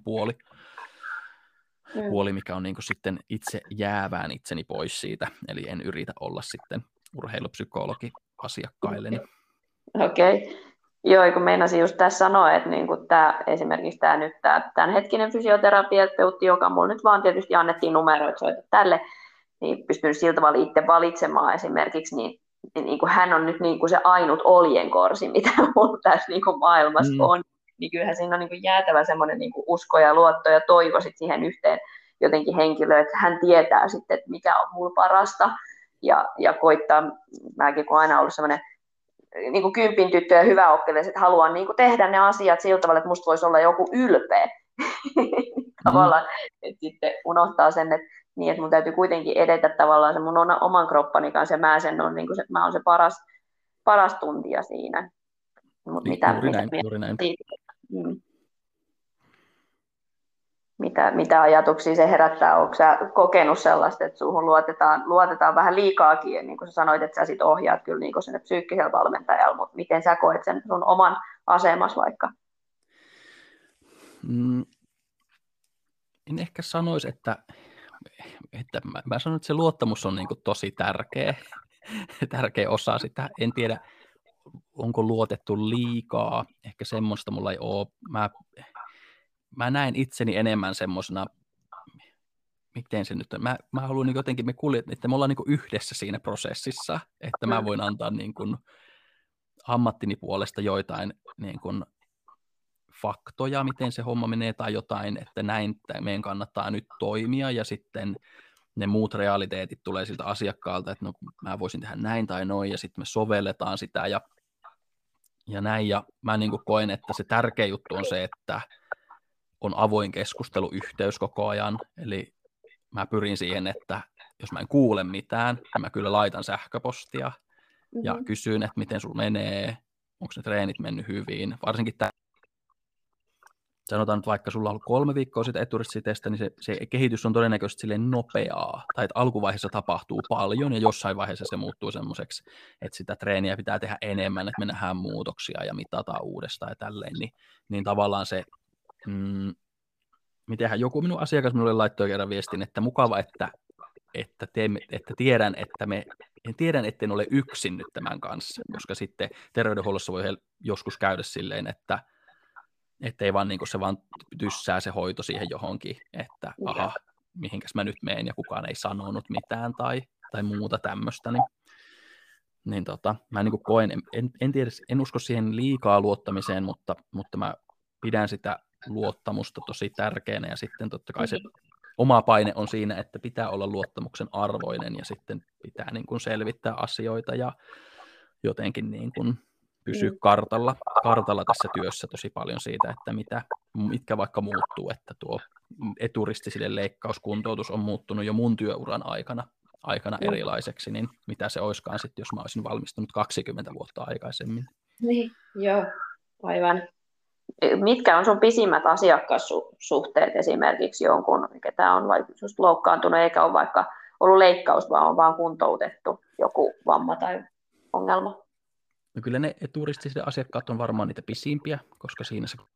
puoli, mikä on niin kuin sitten itse jäävään itseni pois siitä, eli en yritä olla sitten urheilupsykologi asiakkailleni. Okei. Joo, kun meinasin just tässä sanoa, että niin kuin esimerkiksi tämä tämänhetkinen fysioterapeutti, joka mulle nyt vaan tietysti annettiin numeroita soita tälle, niin pystyn sillä tavalla itse valitsemaan esimerkiksi, niin kuin hän on nyt niin kuin se ainut oljenkorsi, mitä mulla tässä niin kuin maailmassa on. Niin kyllähän siinä on niin kuin jäätävä semmoinen niin kuin usko ja luotto ja toivo sit siihen yhteen jotenkin henkilöön, että hän tietää sitten, että mikä on mulla parasta. Ja koittaa, mäkin kun aina ollut semmoinen niin kuin kympin tyttö ja hyvä oppilais, että haluan niin kuin tehdä ne asiat sillä tavalla, että musta voisi olla joku ylpeä. Tavallaan, että sitten unohtaa sen, että mun täytyy kuitenkin edetä tavallaan se mun oman kroppani kanssa, ja mä oon se paras tuntija siinä. Juuri näin. Mitä ajatuksia se herättää? Oletko sä kokenut sellaista, että suhun luotetaan vähän liikaakin, niin kuin sä sanoit, että sä sit ohjaat kyllä niin sinne psyykkisellä valmentajalla, mutta miten sä koet sen sun oman asemas vaikka? En ehkä sanoisi, että mä sanon, että se luottamus on niin kuin tosi tärkeä osa sitä. En tiedä, onko luotettu liikaa. Ehkä semmoista mulla ei ole. Mä näen itseni enemmän semmoisena, miten se nyt on. Mä haluan niin jotenkin, että me ollaan niin yhdessä siinä prosessissa, että mä voin antaa niin kuin ammattini puolesta joitain niin kuin faktoja, miten se homma menee, tai jotain, että näin meidän kannattaa nyt toimia, ja sitten ne muut realiteetit tulee siltä asiakkaalta, että no mä voisin tehdä näin tai noin, ja sitten me sovelletaan sitä, ja näin, ja mä niin kuin koen, että se tärkeä juttu on se, että on avoin keskusteluyhteys koko ajan, eli mä pyrin siihen, että jos mä en kuule mitään, niin mä kyllä laitan sähköpostia ja kysyn, että miten sulla menee, onko ne treenit mennyt hyvin, varsinkin sanotaan nyt vaikka sulla on ollut 3 viikkoa sitten eturistitestä, niin se kehitys on todennäköisesti silleen nopeaa, tai että alkuvaiheessa tapahtuu paljon, ja jossain vaiheessa se muuttuu semmoiseksi, että sitä treeniä pitää tehdä enemmän, että me nähdään muutoksia ja mitataan uudestaan ja tälleen, niin tavallaan se, mitenhän joku minun asiakas minulle laittoi kerran viestin, että mukava, että tiedän, etten ole yksin nyt tämän kanssa, koska sitten terveydenhuollossa voi joskus käydä silleen, että ei vaan niin kuin se vaan tyssää se hoito siihen johonkin, että aha, mihinkäs mä nyt menen ja kukaan ei sanonut mitään tai muuta tämmöistä, niin mä niin kuin koen, en usko siihen liikaa luottamiseen, mutta mä pidän sitä luottamusta tosi tärkeänä ja sitten totta kai se oma paine on siinä, että pitää olla luottamuksen arvoinen ja sitten pitää niin kuin selvittää asioita ja jotenkin niin kuin pysyä kartalla tässä työssä tosi paljon siitä, että mitkä vaikka muuttuu, että tuo eturistisille leikkauskuntoutus on muuttunut jo mun työuran aikana erilaiseksi, niin mitä se olisikaan sitten, jos mä olisin valmistunut 20 vuotta aikaisemmin. Niin, joo, aivan. Mitkä on sun pisimmät asiakassuhteet esimerkiksi jonkun, ketä on vaikka just loukkaantunut eikä ole vaikka ollut leikkaus, vaan on vaan kuntoutettu joku vamma tai ongelma? No kyllä ne eturistiset asiakkaat on varmaan niitä pisimpiä, koska siinä se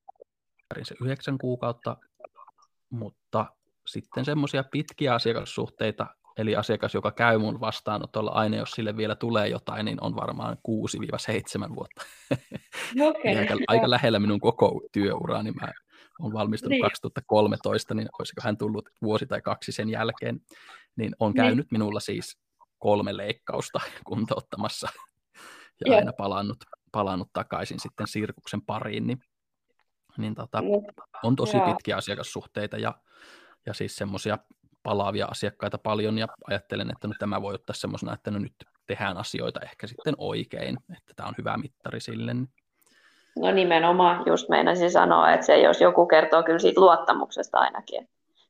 9 kuukautta, mutta sitten semmoisia pitkiä asiakassuhteita, eli asiakas, joka käy mun vastaanotolla aina, jos sille vielä tulee jotain, niin on varmaan 6-7 vuotta. Okay. Aika lähellä minun koko työuraa, niin mä olen valmistunut 2013, niin olisiko hän tullut vuosi tai 2 sen jälkeen, niin on käynyt minulla siis 3 leikkausta kuntouttamassa ja aina palannut takaisin sitten sirkuksen pariin, niin on tosi pitkiä asiakassuhteita ja siis semmoisia palaavia asiakkaita paljon ja ajattelen, että no tämä voi ottaa semmoisena, että no nyt tehdään asioita ehkä sitten oikein, että tämä on hyvä mittari sille. No nimenomaan, just meinasin sanoa, että se jos joku kertoo kyllä siitä luottamuksesta ainakin.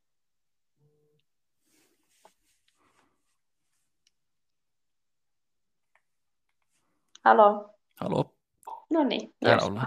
Halo. Halo. No niin. Täällä ollaan.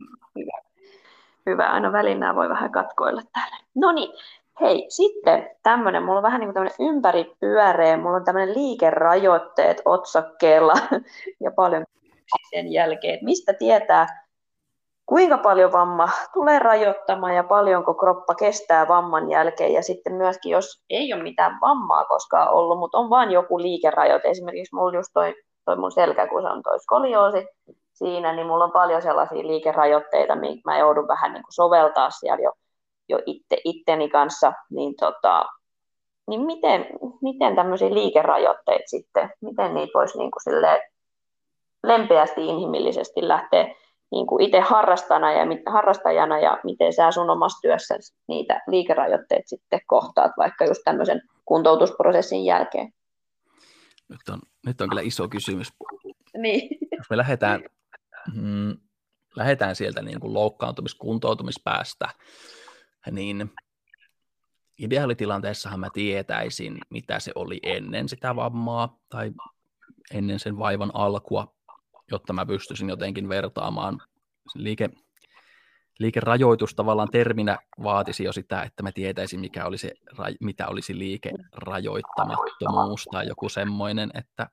Hyvä, aina välillä nämä voi vähän katkoilla täällä. No niin, hei, sitten tämmöinen, mulla on vähän niin kuin tämmöinen ympäripyöreä, mulla on tämmöinen liikerajoitteet otsakkeella ja paljon sen jälkeen, että mistä tietää, kuinka paljon vamma tulee rajoittamaan ja paljonko kroppa kestää vamman jälkeen. Ja sitten myöskin, jos ei ole mitään vammaa koskaan ollut, mutta on vaan joku liikerajoite. Esimerkiksi mulla just toi mun selkä, kun se on toi skolioosi siinä, niin mulla on paljon sellaisia liikerajoitteita, minkä mä joudun vähän niin kuin soveltaa siellä jo itteni kanssa. Niin miten tämmöisiä liikerajoitteita sitten, miten niitä voisi niin kuin silleen lempeästi inhimillisesti lähteä niin kuin itse harrastajana ja miten sä sun omassa työssäsi niitä liikerajoitteita sitten kohtaat vaikka just tämmöisen kuntoutusprosessin jälkeen? Nyt on kyllä iso kysymys. Niin. Jos me lähdetään sieltä niin kuin loukkaantumis-kuntoutumispäästä, niin ideaalitilanteessahan mä tietäisin, mitä se oli ennen sitä vammaa tai ennen sen vaivan alkua, jotta mä pystyisin jotenkin vertaamaan. Liikerajoitus tavallaan terminä vaatisi jo sitä, että mä tietäisin, mitä olisi liikerajoittamattomuus tai joku semmoinen, että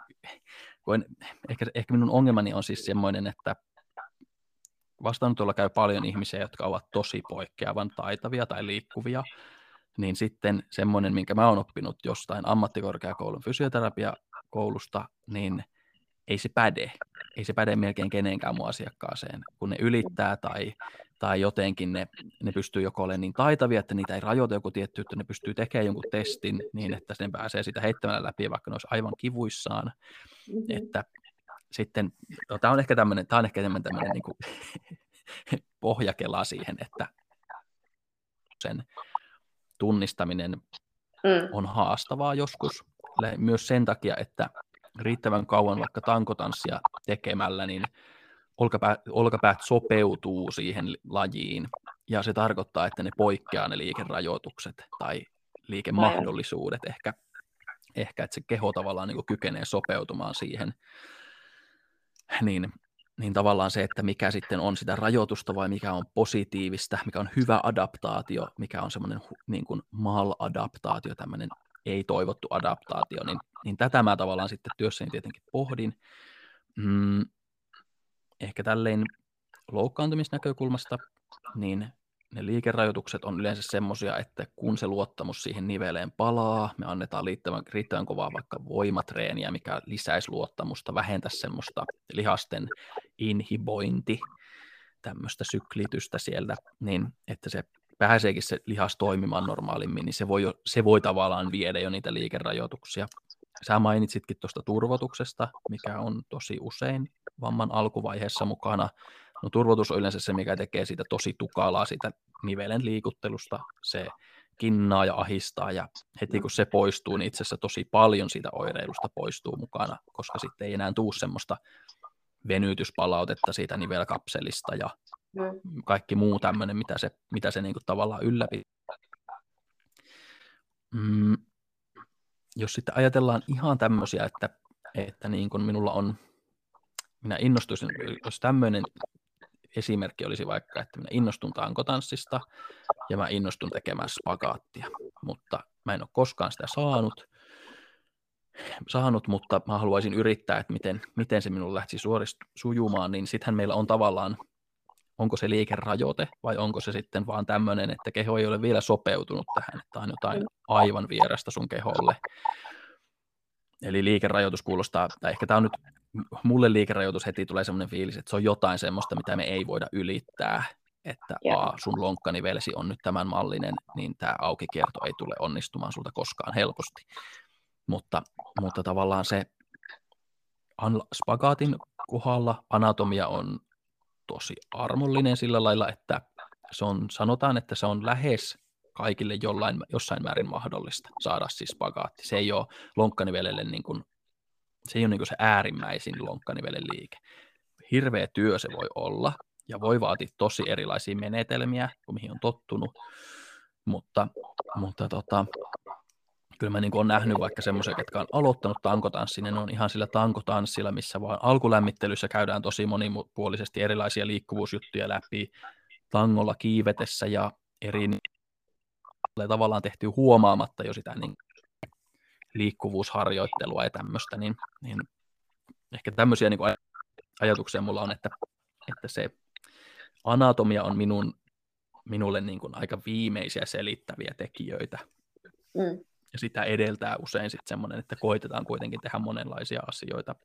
ehkä minun ongelmani on siis semmoinen, että vastaanotolla käy paljon ihmisiä, jotka ovat tosi poikkeavan taitavia tai liikkuvia, niin sitten semmoinen, minkä mä oon oppinut jostain ammattikorkeakoulun fysioterapiakoulusta, niin ei se päde melkein kenenkään mun asiakkaaseen, kun ne ylittää tai jotenkin ne pystyy joko olemaan niin taitavia, että niitä ei rajoita joku tietty, että ne pystyy tekemään jonkun testin niin, että ne pääsee sitä heittämällä läpi, vaikka ne olisi aivan kivuissaan. Että sitten, tämä on ehkä tämmöinen niin kuin pohjakela siihen, että sen tunnistaminen on haastavaa joskus, myös sen takia, että riittävän kauan vaikka tankotanssia tekemällä, niin olkapäät sopeutuu siihen lajiin ja se tarkoittaa, että ne poikkeaa ne liikerajoitukset tai liikemahdollisuudet ehkä että se keho tavallaan niin kuin kykenee sopeutumaan siihen, niin tavallaan se, että mikä sitten on sitä rajoitusta vai mikä on positiivista, mikä on hyvä adaptaatio, mikä on semmoinen niin kuin maladaptaatio, tämmöinen ei-toivottu adaptaatio, niin tätä mä tavallaan sitten työssäni tietenkin pohdin. Ehkä tälleen loukkaantumisnäkökulmasta, niin ne liikerajoitukset on yleensä semmoisia, että kun se luottamus siihen niveleen palaa, me annetaan riittävän kovaa vaikka voimatreeniä, mikä lisäisi luottamusta, vähentäisi semmoista lihasten inhibointi, tämmöistä syklitystä sieltä, niin että se pääseekin se lihas toimimaan normaalimmin, niin se voi tavallaan viedä jo niitä liikerajoituksia. Sä mainitsitkin tuosta turvotuksesta, mikä on tosi usein vamman alkuvaiheessa mukana. No turvotus on yleensä se, mikä tekee siitä tosi tukalaa siitä nivelen liikuttelusta. Se kinnaa ja ahistaa ja heti kun se poistuu, niin itse asiassa tosi paljon siitä oireilusta poistuu mukana, koska sitten ei enää tule semmoista venytyspalautetta siitä nivelkapselista ja kaikki muu tämmöinen, mitä se niin kuin tavallaan ylläpitää. Jos sitten ajatellaan ihan tämmöisiä, että niin kuin minä innostuisin, jos tämmöinen esimerkki olisi vaikka, että minä innostun tankotanssista ja mä innostun tekemään spagaattia, mutta mä en ole koskaan sitä saanut, mutta mä haluaisin yrittää, että miten se minulle lähtisi sujumaan, niin sittenhän meillä on tavallaan, onko se liikerajoite vai onko se sitten vaan tämmöinen, että keho ei ole vielä sopeutunut tähän, että on jotain aivan vierasta sun keholle. Eli liikerajoitus kuulostaa, tai ehkä tämä on nyt, mulle liikerajoitus heti tulee semmoinen fiilis, että se on jotain semmoista, mitä me ei voida ylittää, että sun lonkkanivelsi on nyt tämän mallinen, niin tämä aukikierto ei tule onnistumaan sulta koskaan helposti. Mutta tavallaan se spagaatin kohdalla anatomia on tosi armollinen sillä lailla, että sanotaan, että se on lähes kaikille jossain määrin mahdollista saada siis spagaatti. Se ei ole lonkkanivelelle se ei ole niin kuin se äärimmäisin lonkkanivelen liike. Hirveä työ se voi olla ja voi vaatia tosi erilaisia menetelmiä kuin mihin on tottunut, mutta kyllä mä niin olen nähnyt vaikka semmoisia, jotka on aloittanut tankotanssin, ne on ihan sillä tankotanssilla, missä vaan alkulämmittelyssä käydään tosi monipuolisesti erilaisia liikkuvuusjuttuja läpi, tangolla kiivetessä ja eri tavallaan tehty huomaamatta jo sitä niin liikkuvuusharjoittelua ja tämmöistä, niin ehkä tämmöisiä niin ajatuksia mulla on, että se anatomia on minulle niin kuin aika viimeisiä selittäviä tekijöitä. Ja sitä edeltää usein sitten semmoinen, että koitetaan kuitenkin tehdä monenlaisia asioita.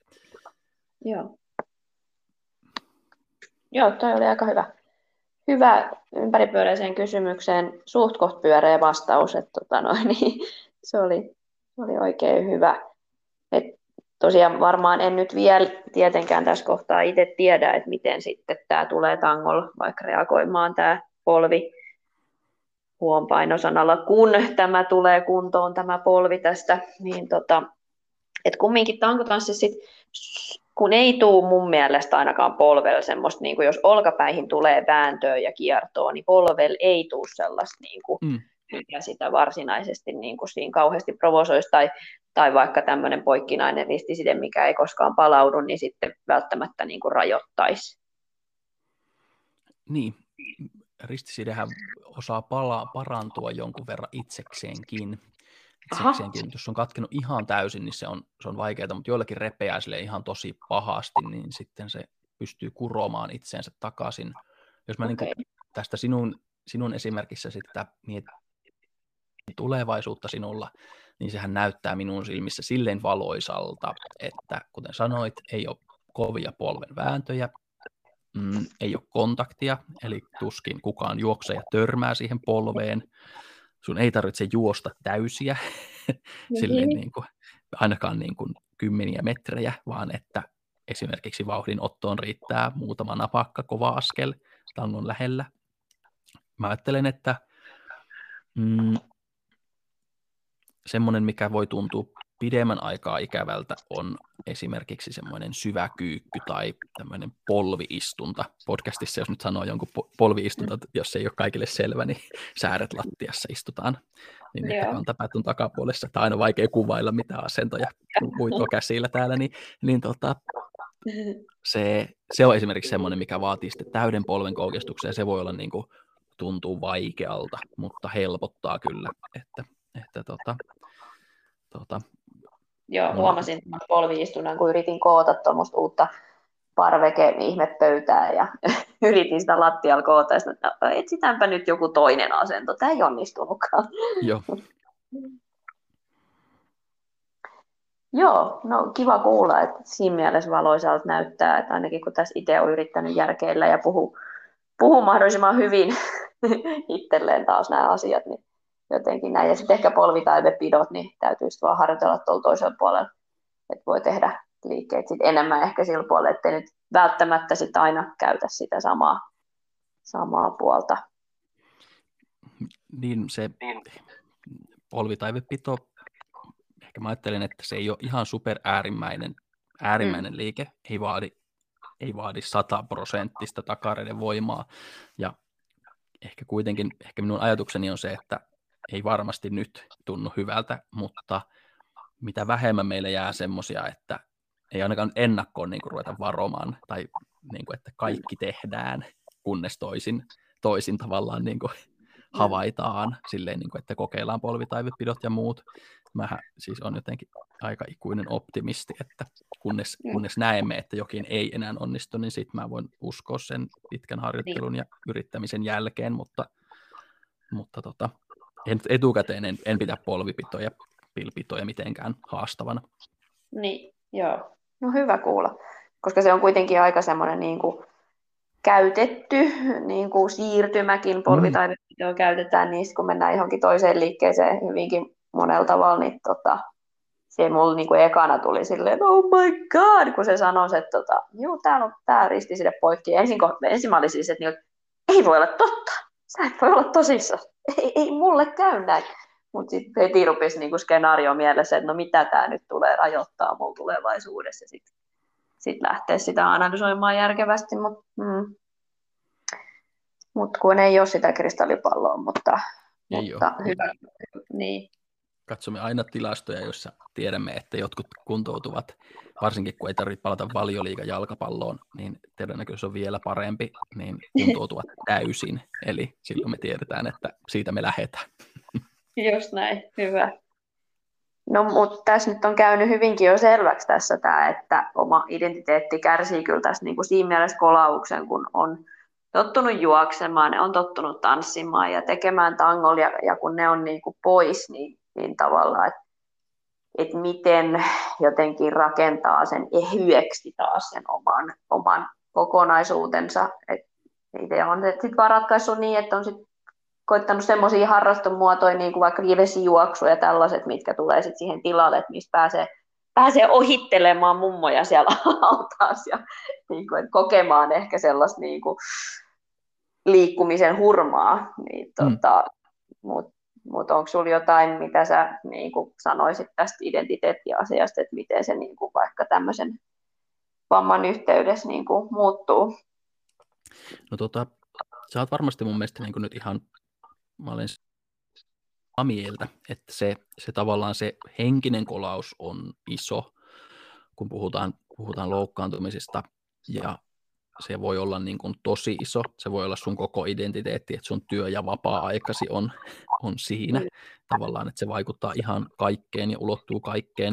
Joo, toi oli aika hyvä ympäripyöreiseen kysymykseen suht koht pyöreä vastaus, että niin, se oli oikein hyvä. Et tosiaan varmaan en nyt vielä tietenkään tässä kohtaa itse tiedä, että miten sitten tämä tulee tangolla vaikka reagoimaan tämä polvi huonpainosanalla, kun tämä tulee kuntoon, tämä polvi tästä, niin että kumminkin tankotanssissa kun ei tule mun mielestä ainakaan polvella semmoista, niin kuin jos olkapäihin tulee vääntöä ja kiertoa, niin polvella ei tule sellaista, niin kuin, mikä sitä varsinaisesti niin kuin siinä kauheasti provosoisi, tai vaikka tämmöinen poikkinainen ristiside, mikä ei koskaan palaudu, niin sitten välttämättä niin kuin rajoittaisi. Niin, ristisidehän osaa parantua jonkun verran itsekseenkin. Jos on katkenut ihan täysin, niin se on vaikeaa, mutta joillakin repeää sille ihan tosi pahasti, niin sitten se pystyy kuromaan itseensä takaisin. Jos mä niin tästä sinun esimerkissä sitten mietin tulevaisuutta sinulla, niin sehän näyttää minun silmissä silleen valoisalta, että kuten sanoit, ei ole kovia polven vääntöjä, ei ole kontaktia, eli tuskin kukaan juoksee ja törmää siihen polveen. Sun ei tarvitse juosta täysiä, silleen niin kuin, ainakaan niin kuin 10 metrejä, vaan että esimerkiksi vauhdin ottoon riittää muutama napakka, kova askel tangon lähellä. Mä ajattelen, että semmoinen, mikä voi tuntua pidemmän aikaa ikävältä on esimerkiksi semmoinen syväkyykky tai tämmöinen polviistunta. Podcastissa, jos nyt sanoo jonkun polviistunta, jos ei ole kaikille selvä, niin sääret lattiassa istutaan. Niin että kantapäät on takapuolessa. Tämä on aina vaikea kuvailla, mitä asentoja uitoo käsillä täällä. Se on esimerkiksi semmoinen, mikä vaatii sitten täyden polven koukistuksen, ja se voi olla niin kuin, tuntuu vaikealta, mutta helpottaa kyllä. Joo, huomasin tämän polvi-istunnan, kun yritin koota tuommoista uutta parveke-ihmepöytää ja yritin sitä lattialla koota ja että etsitänpä nyt joku toinen asento. Tämä ei onnistunutkaan. Joo. Joo, no kiva kuulla, että siinä mielessä valoisalta näyttää, että ainakin kun tässä itse on yrittänyt järkeillä ja puhuu mahdollisimman hyvin itselleen taas nämä asiat, niin jotenkin näin. Ja sitten ehkä polvitaivepidot, niin täytyy sitten vaan harjoitella tuolla toisella puolella, että voi tehdä liikkeet sit enemmän ehkä sillä puolella, ettei nyt välttämättä sit aina käytä sitä samaa puolta. Niin se polvitaivepito, ehkä mä ajattelen, että se ei ole ihan super äärimmäinen liike, ei vaadi 100% takareiden voimaa, ja ehkä kuitenkin, minun ajatukseni on se, että ei varmasti nyt tunnu hyvältä, mutta mitä vähemmän meille jää semmoisia, että ei ainakaan ennakkoon niin kuin ruveta varomaan, tai niin kuin, että kaikki tehdään, kunnes toisin tavallaan niin kuin havaitaan, silleen, niin kuin, että kokeillaan polvitaivepidot ja muut. Mähän siis on jotenkin aika ikuinen optimisti, että kunnes näemme, että jokin ei enää onnistu, niin sitten mä voin uskoa sen pitkän harjoittelun ja yrittämisen jälkeen, mutta etukäteen en pidä polvipitoja, pilpitoja mitenkään haastavana. Niin, joo. No hyvä kuulla, koska se on kuitenkin aika semmoinen niin kuin käytetty niin kuin siirtymäkin. Polvitaivepitoa käytetään niistä, kun mennään johonkin toiseen liikkeeseen hyvinkin monella tavalla, niin se mulla niin kuin ekana tuli silleen, oh my god, kun se sanoi, että juu, tää ristiside poikki. Ensin mä olin siis, että ei voi olla totta, sä et voi olla tosissaan, ei mulle käy näin. Mutta sitten heti rupesi niinku skenaario mielessä, että no mitä tämä nyt tulee rajoittaa mulla tulevaisuudessa. Sitten lähtee sitä analysoimaan järkevästi, mut kun ei ole sitä kristallipalloa, mutta hyvä. Niin. Katsomme aina tilastoja, joissa tiedämme, että jotkut kuntoutuvat, varsinkin kun ei tarvitse palata Valioliigan jalkapalloon, niin todennäköisesti on vielä parempi, niin kuntoutuvat täysin. Eli silloin me tiedetään, että siitä me lähdetään. Just näin, hyvä. No, mutta tässä nyt on käynyt hyvinkin jo selväksi tässä tämä, että oma identiteetti kärsii kyllä tässä niin kuin siinä mielessä kolauksen, kun on tottunut juoksemaan, ne on tottunut tanssimaan ja tekemään tangolla, ja kun ne on niin kuin pois, niin tavallaan, että miten jotenkin rakentaa sen ehyeksi taas sen oman kokonaisuutensa. Itse on sitten vaan ratkaissut niin, että on sitten koittanut semmoisia harrastomuotoja, niin kuin vaikka vesijuoksu ja tällaiset, mitkä tulee sitten siihen tilalle, että mistä pääsee ohittelemaan mummoja siellä altaassa ja niin kuin, että kokemaan ehkä sellaista niin kuin liikkumisen hurmaa. Niin, mutta onko sinulla jotain, mitä sä niin kuin sanoisit tästä identiteettiasiasta, että miten se niin kuin vaikka tämmöisen vamman yhteydessä niin kuin muuttuu? No sä oot varmasti mun mielestä niin kuin nyt ihan, mä olen samaa mieltä, että se tavallaan se henkinen kolaus on iso, kun puhutaan loukkaantumisesta, ja se voi olla niin kuin tosi iso, se voi olla sun koko identiteetti, että sun työ- ja vapaa-aikasi on siinä tavallaan, että se vaikuttaa ihan kaikkeen ja ulottuu kaikkeen.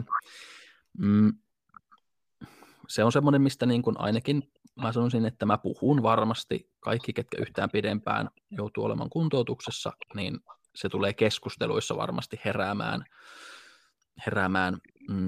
Se on semmoinen, mistä niin kuin ainakin mä sanoisin, että mä puhun varmasti, kaikki ketkä yhtään pidempään joutuu olemaan kuntoutuksessa, niin se tulee keskusteluissa varmasti heräämään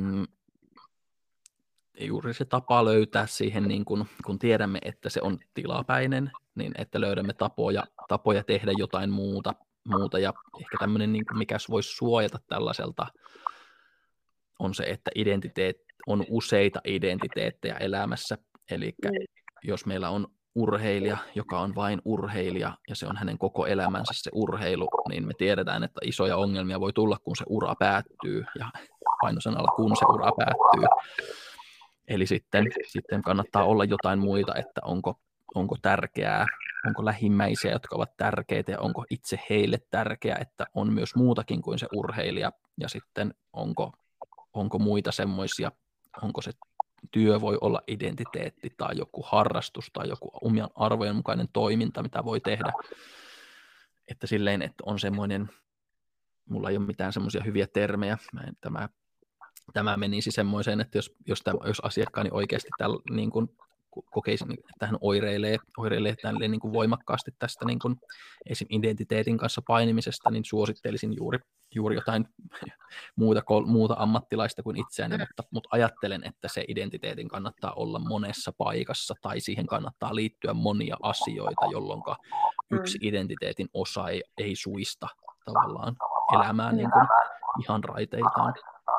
juuri se tapa löytää siihen, niin kun tiedämme, että se on tilapäinen, niin että löydämme tapoja tehdä jotain muuta ja ehkä tämmöinen, niin mikä voisi suojata tällaiselta, on se, että on useita identiteettejä elämässä, eli jos meillä on urheilija, joka on vain urheilija, ja se on hänen koko elämänsä se urheilu, niin me tiedetään, että isoja ongelmia voi tulla, kun se ura päättyy, ja painosanalla, kun se ura päättyy. Eli sitten kannattaa olla jotain muita, että onko tärkeää, onko lähimmäisiä, jotka ovat tärkeitä, ja onko itse heille tärkeää, että on myös muutakin kuin se urheilija, ja sitten onko muita semmoisia, onko se työ voi olla identiteetti tai joku harrastus tai joku omien arvojen mukainen toiminta, mitä voi tehdä. Että silleen, että on semmoinen, mulla ei ole mitään semmoisia hyviä termejä, tämä menisi semmoiseen, että jos asiakkaani oikeasti niin kuin kokeisin, että hän oireilee tälleen niin kuin voimakkaasti tästä niin kuin esim. Identiteetin kanssa painimisesta, niin suosittelisin juuri jotain muuta ammattilaista kuin itseäni, mutta ajattelen, että se identiteetin kannattaa olla monessa paikassa tai siihen kannattaa liittyä monia asioita, jolloin yksi identiteetin osa ei suista tavallaan elämään niin kuin ihan raiteiltaan.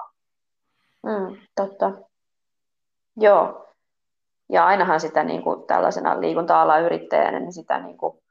Totta. Joo. Ja ainahan sitä niin kuin tällaisena liikunta-alan yrittäjänä niin sitä niin kuin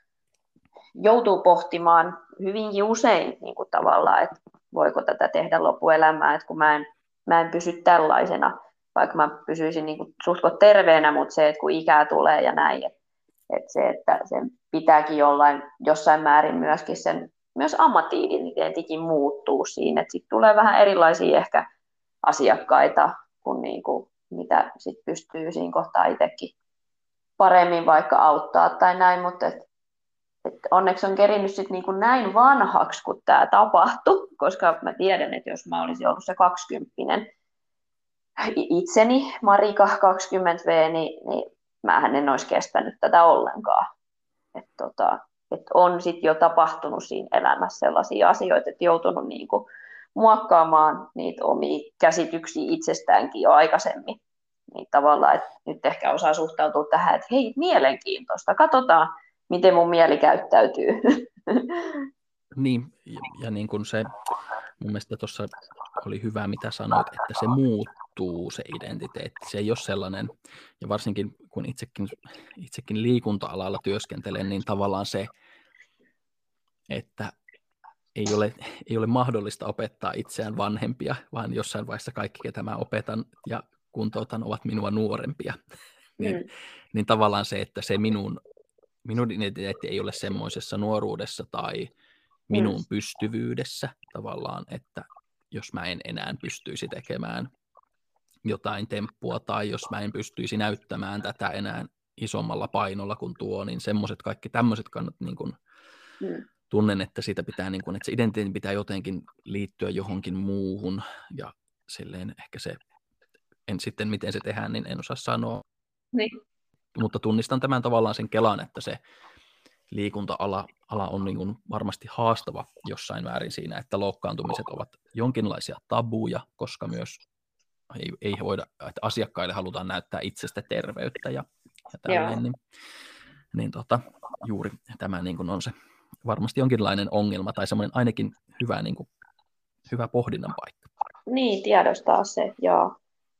joutuu pohtimaan hyvinkin usein niin kuin tavallaan, että voiko tätä tehdä loppuelämää, että kun mä en pysy tällaisena, vaikka mä pysyisin niin kuin suhtko terveenä, mutta se, että kun ikää tulee ja näin, että se, että sen pitääkin jossain määrin myöskin myös ammatti-identiteettikin muuttuu siinä, että sitten tulee vähän erilaisia ehkä asiakkaita kuin niinku, mitä sit pystyy siinä kohtaa itsekin paremmin vaikka auttaa tai näin, mutta et onneksi on kerinnyt sit niinku näin vanhaksi, kun tämä tapahtui, koska mä tiedän, että jos mä olisin ollut se 20-vuotias itseni, Marika 20V, niin mähän en olisi kestänyt tätä ollenkaan. Et on sit jo tapahtunut siinä elämässä sellaisia asioita, että joutunut niinku muokkaamaan niitä omia käsityksiä itsestäänkin jo aikaisemmin. Niin tavallaan, että nyt ehkä osaa suhtautua tähän, että hei, mielenkiintoista, katsotaan, miten mun mieli käyttäytyy. Niin, ja niin kuin se, mun mielestä tuossa oli hyvä, mitä sanoit, että se muuttuu se identiteetti. Se ei ole sellainen, ja varsinkin kun itsekin liikunta-alalla työskentelen, niin tavallaan se, että ei ole mahdollista opettaa itseään vanhempia, vaan jossain vaiheessa kaikki, ketä mä opetan ja kuntoutan, ovat minua nuorempia. niin tavallaan se, että se minun identiteetti ei ole semmoisessa nuoruudessa tai minun pystyvyydessä tavallaan, että jos mä en enää pystyisi tekemään jotain temppua tai jos mä en pystyisi näyttämään tätä enää isommalla painolla kuin tuo, niin semmoiset kaikki tämmöiset kannat niin kuin tunnen, että siitä pitää, niin kuin, että se identiteetti pitää jotenkin liittyä johonkin muuhun ja silleen ehkä se, sitten miten se tehdään, niin en osaa sanoa. Niin. Mutta tunnistan tämän tavallaan sen kelan, että se liikunta-ala on niin kuin varmasti haastava jossain määrin siinä, että loukkaantumiset ovat jonkinlaisia tabuja, koska myös ei voida, että asiakkaille halutaan näyttää itsestä terveyttä ja tällainen. Niin juuri tämä niin kuin on se varmasti jonkinlainen ongelma tai semmoinen ainakin hyvä pohdinnan paikka. Niin, tiedostaa se, joo.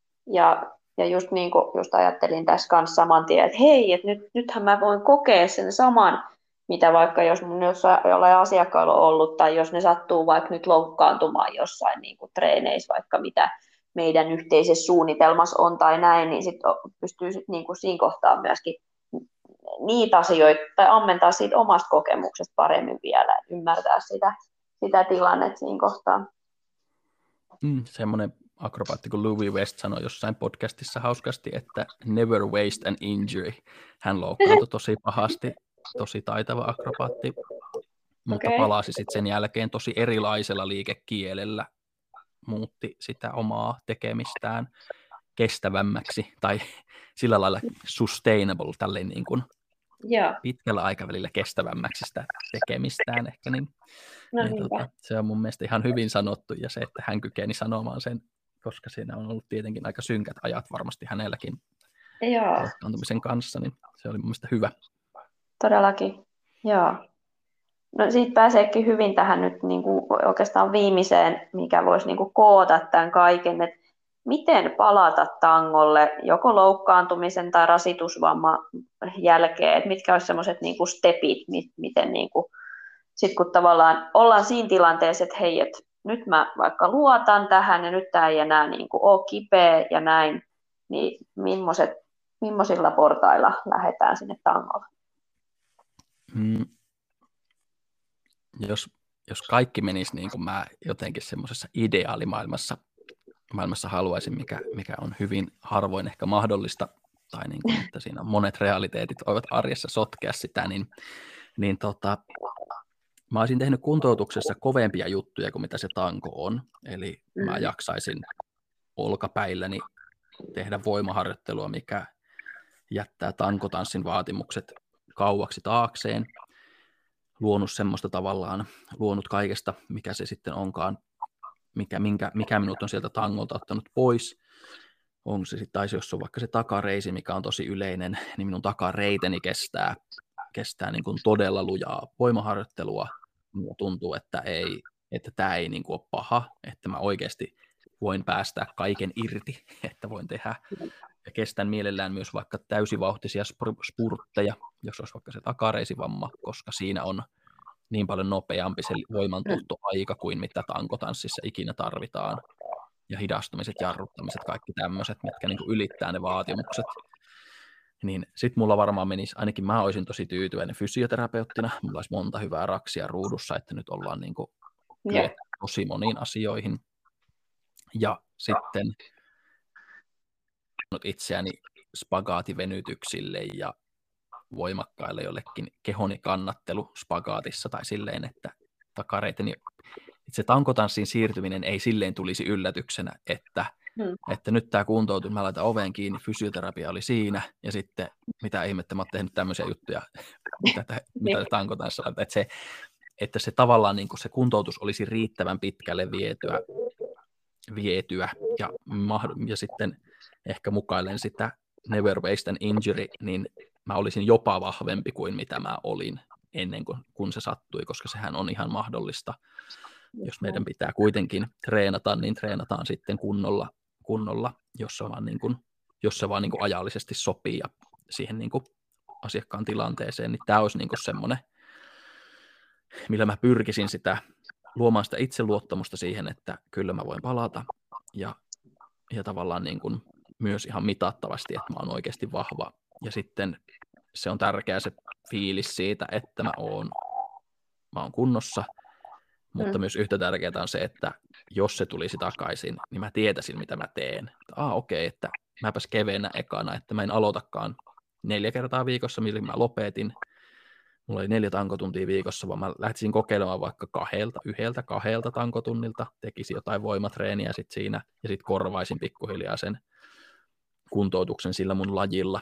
Ja just niin kuin just ajattelin tässä kanssa saman tien, että hei, että nythän mä voin kokea sen saman, mitä vaikka jos mun jollain asiakkailla on ollut, tai jos ne sattuu vaikka nyt loukkaantumaan jossain niin kuin treeneissä, vaikka mitä meidän yhteisessä suunnitelmassa on tai näin, niin sitten pystyy sit niin kuin siinä kohtaa myöskin niitä asioita, tai ammentaa siitä omasta kokemuksesta paremmin vielä, ymmärtää sitä tilannetta siinä kohtaa. Semmoinen akrobaatti kuin Louis West sanoi jossain podcastissa hauskasti, että never waste an injury. Hän loukkaantui tosi pahasti, tosi taitava akrobaatti, mutta palasi sitten sen jälkeen tosi erilaisella liikekielellä, muutti sitä omaa tekemistään kestävämmäksi tai sillä lailla sustainable, tälleen niin kuin pitkällä aikavälillä kestävämmäksi sitä tekemistään ehkä. Se on mun mielestä ihan hyvin sanottu ja se, että hän kykeni sanomaan sen, koska siinä on ollut tietenkin aika synkät ajat varmasti hänelläkin loukkaantumisen kanssa, niin se oli mun mielestä hyvä. Todellakin, joo. No siitä pääseekin hyvin tähän nyt niin kuin oikeastaan viimeiseen, mikä voisi niin kuin koota tämän kaiken, että miten palata tangolle joko loukkaantumisen tai rasitusvamman jälkeen, että mitkä olisi semmoiset niin kuin stepit, miten niin kuin, sit kun tavallaan ollaan siinä tilanteessa, että hei, että nyt mä vaikka luotan tähän ja nyt tämä ei enää niin kuin ole kipeä ja näin, niin millaisilla portailla lähdetään sinne tangolle? Jos kaikki menisi niin kuin mä jotenkin semmoisessa ideaalimaailmassa haluaisin, mikä on hyvin harvoin ehkä mahdollista, tai niin kuin, että siinä monet realiteetit voivat arjessa sotkea sitä, niin mä olisin tehnyt kuntoutuksessa kovempia juttuja kuin mitä se tanko on. Eli mä jaksaisin olkapäilläni tehdä voimaharjoittelua, mikä jättää tankotanssin vaatimukset kauaksi taakseen. Luonut kaikesta, mikä se sitten onkaan, mikä minut on sieltä tangolta ottanut pois. On se sitten, taisi jos on vaikka se takareisi, mikä on tosi yleinen, niin minun takareiteni kestää niin kuin todella lujaa voimaharjoittelua. Minulla tuntuu, että tämä ei niin kuin ole paha, että mä oikeasti voin päästää kaiken irti, että voin tehdä. Ja kestän mielellään myös vaikka täysivauhtisia spurtteja, jos olisi vaikka se takareisivamma, koska siinä on niin paljon nopeampi se voimantuottoaika kuin mitä tankotanssissa ikinä tarvitaan. Ja hidastumiset, jarruttamiset, kaikki tämmöiset, mitkä niin kuin ylittää ne vaatimukset. Niin sit mulla varmaan menisi, ainakin mä olisin tosi tyytyväinen fysioterapeuttina, mulla olisi monta hyvää raksia ruudussa, että nyt ollaan niin kuin tosi moniin asioihin. Ja sitten itseäni spagaativenytyksille ja voimakkaille jollekin kehoni kannattelu spagaatissa tai silleen, että takareiteni, se tankotanssiin siirtyminen ei silleen tulisi yllätyksenä, että nyt tämä kuntoutuu, mä laitan oven kiinni, fysioterapia oli siinä, ja sitten mitä ihmettä, mä oon tehnyt tämmöisiä juttuja, mitä tankotanssi on, että se tavallaan niin kuin se kuntoutus olisi riittävän pitkälle vietyä ja sitten ehkä mukailen sitä never waste an injury, niin mä olisin jopa vahvempi kuin mitä mä olin ennen kuin se sattui, koska sehän on ihan mahdollista. Jos meidän pitää kuitenkin treenata, niin treenataan sitten kunnolla jos se vaan niin kuin ajallisesti sopii ja siihen niin kuin asiakkaan tilanteeseen, niin tämä olisi niin kuin semmoinen, millä mä pyrkisin luomaan sitä itseluottamusta siihen, että kyllä mä voin palata ja tavallaan niin kuin myös ihan mitattavasti, että mä oon oikeasti vahva. Ja sitten se on tärkeä se fiilis siitä, että mä oon kunnossa, mutta myös yhtä tärkeää on se, että jos se tulisi takaisin, niin mä tietäisin, mitä mä teen. Okei, että mäpäs kevennä ekana, että mä en aloitakaan 4 kertaa viikossa, millä mä lopetin. Mulla oli 4 tankotuntia viikossa, vaan mä lähtisin kokeilemaan vaikka 2 tankotunnilta, tekisin jotain voimatreeniä sit siinä, ja sitten korvaisin pikkuhiljaa sen kuntoutuksen sillä mun lajilla.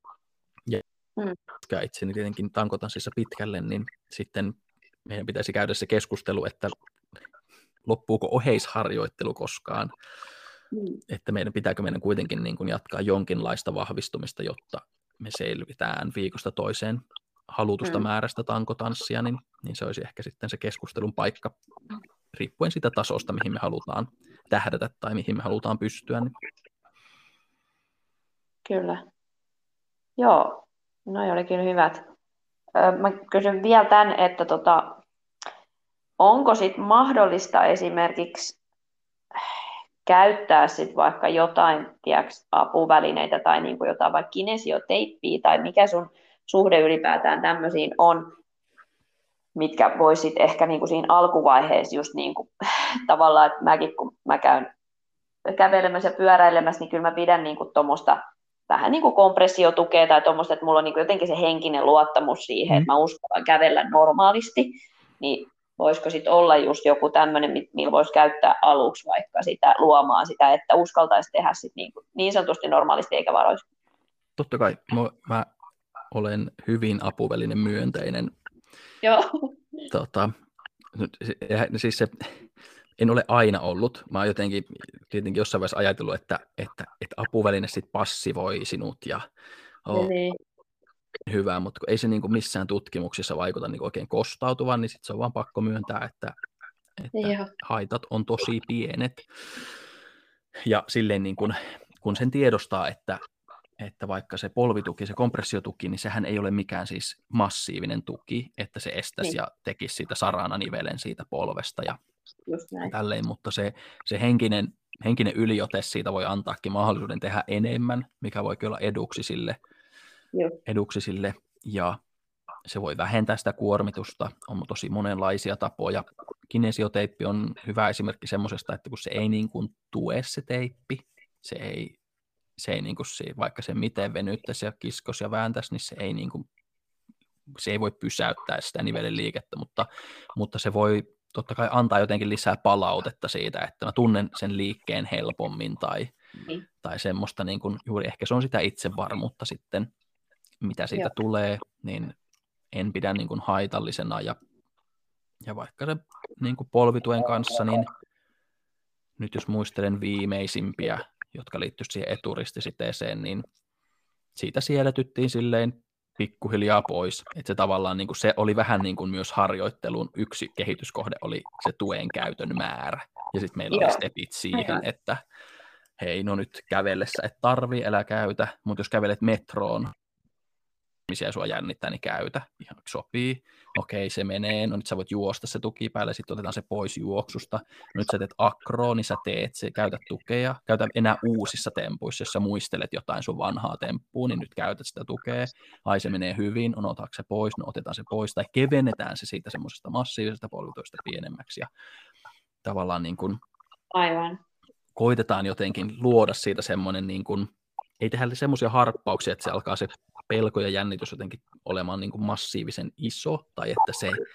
Ja itseni tietenkin tankotanssissa pitkälle, niin sitten meidän pitäisi käydä se keskustelu, että loppuuko oheisharjoittelu koskaan, että pitääkö meidän kuitenkin niin kuin jatkaa jonkinlaista vahvistumista, jotta me selvitään viikosta toiseen halutusta määrästä tankotanssia, niin se olisi ehkä sitten se keskustelun paikka, riippuen siitä tasosta, mihin me halutaan tähdätä tai mihin me halutaan pystyä. Niin. Kyllä. Joo, noi olikin hyvät. Mä kysyn vielä tämän, että onko sit mahdollista esimerkiksi käyttää sit vaikka jotain apuvälineitä tai niinku jotain vaikka kinesioteippiä tai mikä sun suhde ylipäätään tämmöisiin on, mitkä voisit ehkä niinku siinä alkuvaiheessa just niinku, tavallaan, että mäkin kun mä käyn kävelemässä ja pyöräilemässä, niin kyllä mä pidän niinku tuommoista vähän niin kuin kompressiotukea tai tuommoista, että mulla on niin kuin jotenkin se henkinen luottamus siihen, että mä uskallan kävellä normaalisti, niin voisiko sitten olla just joku tämmöinen, millä voisi käyttää aluksi vaikka sitä luomaan sitä, että uskaltaisi tehdä sit niin sanotusti normaalisti eikä varoisi. Totta kai, mä olen hyvin apuvälinen myönteinen. Joo. Siis en ole aina ollut. Mä oon jotenkin tietenkin jossain vaiheessa ajatellut, että apuväline sit passivoi sinut ja hyvä, mutta ei se niinku missään tutkimuksissa vaikuta niinku oikein kostautuvan, niin sit se on vaan pakko myöntää, että haitat on tosi pienet. Ja silleen niin kun sen tiedostaa, että että vaikka se polvituki, se kompressiotuki, niin sehän ei ole mikään siis massiivinen tuki, että se estäisi ja tekisi siitä sarananivelen siitä polvesta ja tälleen, mutta se henkinen yliote siitä voi antaakin mahdollisuuden tehdä enemmän, mikä voi olla eduksi sille, ja se voi vähentää sitä kuormitusta, on tosi monenlaisia tapoja. Kinesioteippi on hyvä esimerkki semmoisesta, että kun se ei niin kuin tue se teippi, se ei niin kuin vaikka se miten venyttäisi ja kiskosi ja vääntäisi, niin se ei voi pysäyttää sitä nivelen liikettä, mutta se voi totta kai antaa jotenkin lisää palautetta siitä, että mä tunnen sen liikkeen helpommin tai semmoista niin kuin, juuri ehkä se on sitä itsevarmuutta sitten, mitä siitä tulee, niin en pidä niin kuin haitallisena ja vaikka se niin kuin polvituen kanssa, niin nyt jos muistelen viimeisimpiä, jotka liittyivät siihen eturistisiteeseen, niin siitä siedätyttiin silleen pikkuhiljaa pois. Että se tavallaan niin kuin se oli vähän niin kuin myös harjoittelun yksi kehityskohde oli se tuen käytön määrä. Ja sitten meillä oli stepit siihen, että hei, no nyt kävellessä et tarvii, älä käytä, mutta jos kävelet metroon, missä sua jännittää, niin käytä. Ihan sopii. Okei, se menee. No nyt sä voit juosta se tuki päälle, sitten otetaan se pois juoksusta. No nyt sä teet akroa, niin sä teet se, käytä tukea. Käytä enää uusissa tempuissa, jos sä muistelet jotain sun vanhaa temppua, niin nyt käytät sitä tukea. Ai se menee hyvin, no otaanko se pois, no otetaan se pois. Tai kevennetään se siitä semmoisesta massiivisesta polvituista pienemmäksi. Ja tavallaan niin kuin aivan. Koitetaan jotenkin luoda siitä semmoinen, niin kuin, ei tehdä semmoisia harppauksia, että se alkaa se pelko ja jännitys jotenkin olemaan niin kuin massiivisen iso, tai että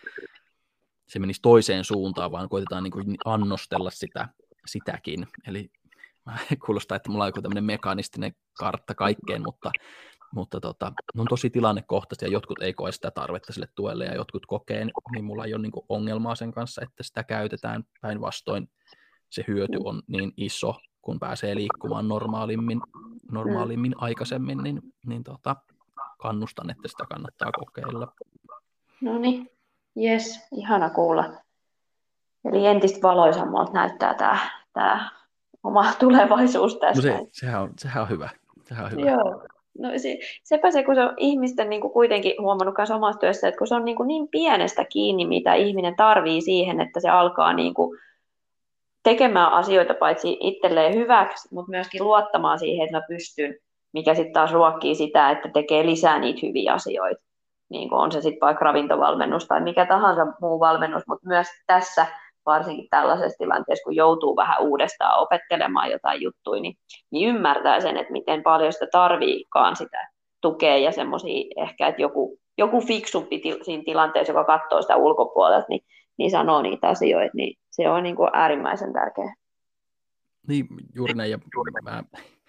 se menisi toiseen suuntaan, vaan koitetaan niin kuin annostella sitäkin. Eli kuulostaa, että mulla on joku tämmöinen mekanistinen kartta kaikkeen, mutta ne on tosi tilannekohtaisia, ja jotkut ei koe sitä tarvetta sille tuelle, ja jotkut kokee, niin mulla ei ole niin kuin ongelmaa sen kanssa, että sitä käytetään päinvastoin. Se hyöty on niin iso, kun pääsee liikkumaan normaalimmin aikaisemmin, niin kannustan, että sitä kannattaa kokeilla. No niin, jes, ihana kuulla. Eli entistä valoisammalta näyttää tämä oma tulevaisuus tästä. No sehän on hyvä. Joo. No sepä se, kun se on ihmisten niin kuin kuitenkin huomannut myös omassa työssä, että kun se on niin pienestä kiinni, mitä ihminen tarvii siihen, että se alkaa niin kuin tekemään asioita paitsi itselleen hyväksi, mutta myöskin luottamaan siihen, että mä pystyn, mikä sitten taas ruokkii sitä, että tekee lisää niitä hyviä asioita. Niin kuin on se sitten vaikka ravintovalmennus tai mikä tahansa muu valmennus, mutta myös tässä, varsinkin tällaisessa tilanteessa, kun joutuu vähän uudestaan opettelemaan jotain juttuja, niin ymmärtää sen, että miten paljon sitä tarviikaan sitä tukea ja semmoisia ehkä, että joku fiksumpi siinä tilanteessa, joka katsoo sitä ulkopuolelta, niin sanoo niitä asioita, niin se on niin kuin äärimmäisen tärkeää. Niin, juuri näin. Ja mä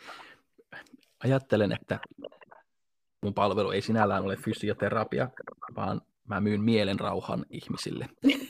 ajattelen, että mun palvelu ei sinällään ole fysioterapia, vaan mä myyn mielenrauhan ihmisille.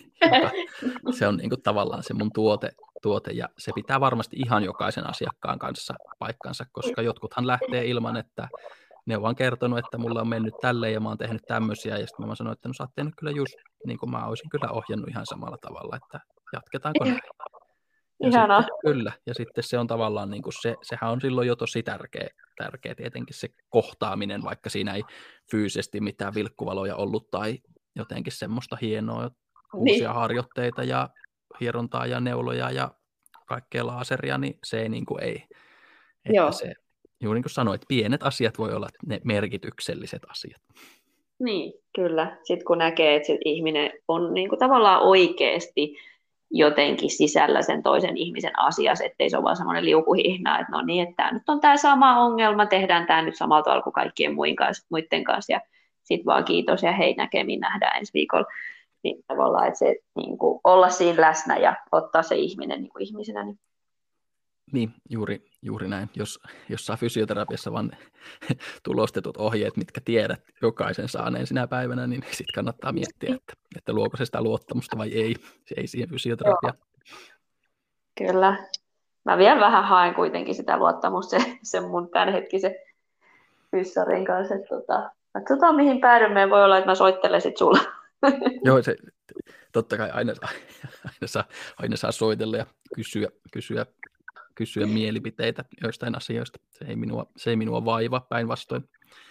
Se on niin kuin tavallaan se mun tuote, ja se pitää varmasti ihan jokaisen asiakkaan kanssa paikkansa, koska jotkuthan lähtee ilman, että ne on vaan kertonut, että mulla on mennyt tälleen ja mä oon tehnyt tämmöisiä, ja sitten mä sanoin, että no sä oot tehnyt kyllä just niin kuin mä olisin kyllä ohjannut ihan samalla tavalla, että jatketaanko näin. Ihanaa. Kyllä, ja sitten se on tavallaan, niin kuin sehän on silloin jo tosi tärkeä tietenkin se kohtaaminen, vaikka siinä ei fyysisesti mitään vilkkuvaloja ollut tai jotenkin semmoista hienoa uusia harjoitteita ja hierontaa ja neuloja ja kaikkea laaseria, niin se ei niin kuin ei. Että se, juuri niin kuin sanoit, pienet asiat voi olla ne merkitykselliset asiat. Niin, kyllä. Sitten kun näkee, että se ihminen on niin kuin tavallaan oikeasti jotenkin sisällä sen toisen ihmisen asiassa, ettei se ole vaan semmoinen liukuhihna, että no niin, että tämä nyt on tämä sama ongelma, tehdään tämä nyt samalla tavalla kuin kaikkien muiden kanssa, ja sitten vaan kiitos ja hei näkemiin, nähdään ensi viikolla. Niin tavallaan, että se niin kuin olla siinä läsnä ja ottaa se ihminen niin kuin ihmisenä. Niin, juuri näin. Jos saa fysioterapiassa vaan tulostetut ohjeet, mitkä tiedät jokaisen saaneen sinä päivänä, niin sitten kannattaa miettiä, että luoko se sitä luottamusta vai ei. Se ei siihen fysioterapiaan. Kyllä. Mä vielä vähän haen kuitenkin sitä luottamusta sen mun tämänhetkisen fyssarin kanssa. Katsotaan mihin päädymme. Voi olla, että mä soittelen sit sulla. Joo, se totta kai aina saa soitella ja kysyä kysyä mielipiteitä joistain asioista. Se ei minua vaivaa, päinvastoin.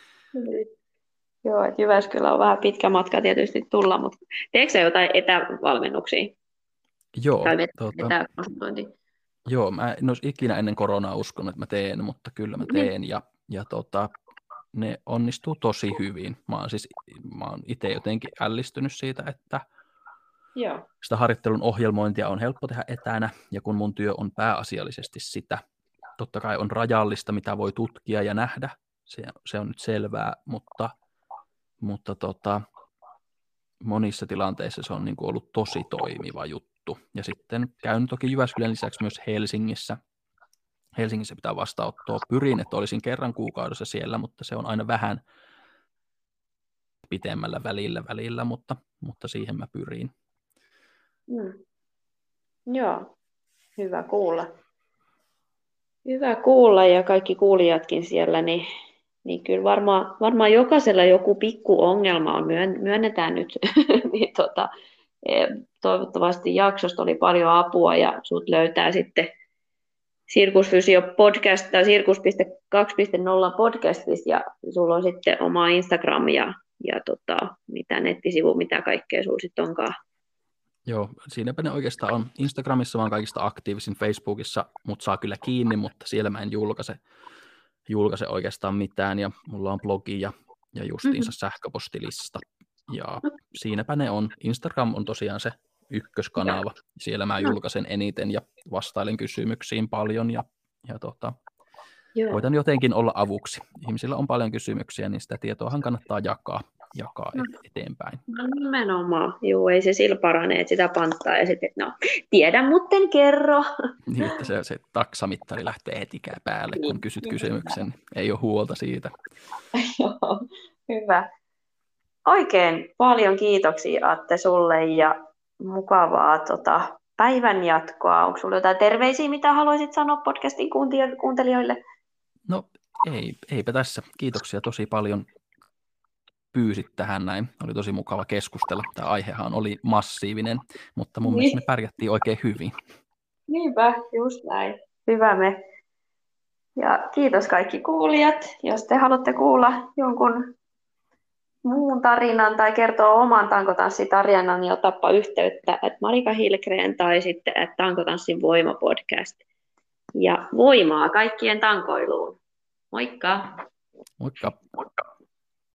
Joo, että Jyväskylä on vähän pitkä matka tietysti tulla, mutta teetkö sä jotain etävalmennuksia? Joo, Tai etäkonsultointia? Joo, mä en olisi ikinä ennen koronaa uskonut, että mä teen, mutta kyllä mä teen. Ja ne onnistuu tosi hyvin. Mä oon itse jotenkin ällistynyt siitä, että sitä harjoittelun ohjelmointia on helppo tehdä etänä, ja kun mun työ on pääasiallisesti sitä, totta kai on rajallista, mitä voi tutkia ja nähdä, se on nyt selvää, mutta monissa tilanteissa se on niin kuin ollut tosi toimiva juttu. Ja sitten käyn toki Jyväskylän lisäksi myös Helsingissä. Helsingissä pitää vastaanottoa. Pyrin, että olisin kerran kuukaudessa siellä, mutta se on aina vähän pitemmällä välillä, mutta siihen mä pyrin. Joo, hyvä kuulla. Hyvä kuulla ja kaikki kuulijatkin siellä, niin kyllä varmaan jokaisella joku pikku ongelma on, myönnetään nyt. Niin toivottavasti jaksosta oli paljon apua ja sut löytää sitten Sirkusfysio podcast tai Sirkus.2.0 podcastista ja sulla on sitten oma Instagram ja mitä nettisivu, mitä kaikkea sulla sitten onkaan. Joo, siinäpä ne oikeastaan on. Instagramissa mä oon kaikista aktiivisin, Facebookissa mut saa kyllä kiinni, mutta siellä mä en julkaise oikeastaan mitään ja mulla on blogi ja justiinsa sähköpostilista ja siinäpä ne on. Instagram on tosiaan se ykköskanava. Siellä mä julkaisen eniten ja vastailen kysymyksiin paljon ja voitan jotenkin olla avuksi. Ihmisillä on paljon kysymyksiä, niin sitä tietoahan kannattaa jakaa eteenpäin. No nimenomaan. Joo, ei se sillä parane, että sitä panttaa ja sitten, tiedän, mutten kerro. Niin, että se taksamittari lähtee hetikään päälle, kun kysyt kysymyksen. Niin ei ole huolta siitä. Joo, hyvä. Oikein paljon kiitoksia Atte sulle ja mukavaa päivän jatkoa. Onko sinulla jotain terveisiä, mitä haluaisit sanoa podcastin kuuntelijoille? No eipä tässä. Kiitoksia tosi paljon. Pyysit tähän näin. Oli tosi mukava keskustella. Tämä aihehan oli massiivinen, mutta mun mielestä me pärjättiin oikein hyvin. Niinpä, just näin. Hyvä me. Ja kiitos kaikki kuulijat. Jos te haluatte kuulla jonkun muun tarinan tai kertoa oman tankotanssitarinan, niin otapa yhteyttä Marika Hilgren tai sitten Tankotanssin voimapodcast. Ja voimaa kaikkien tankoiluun. Moikka! Moikka!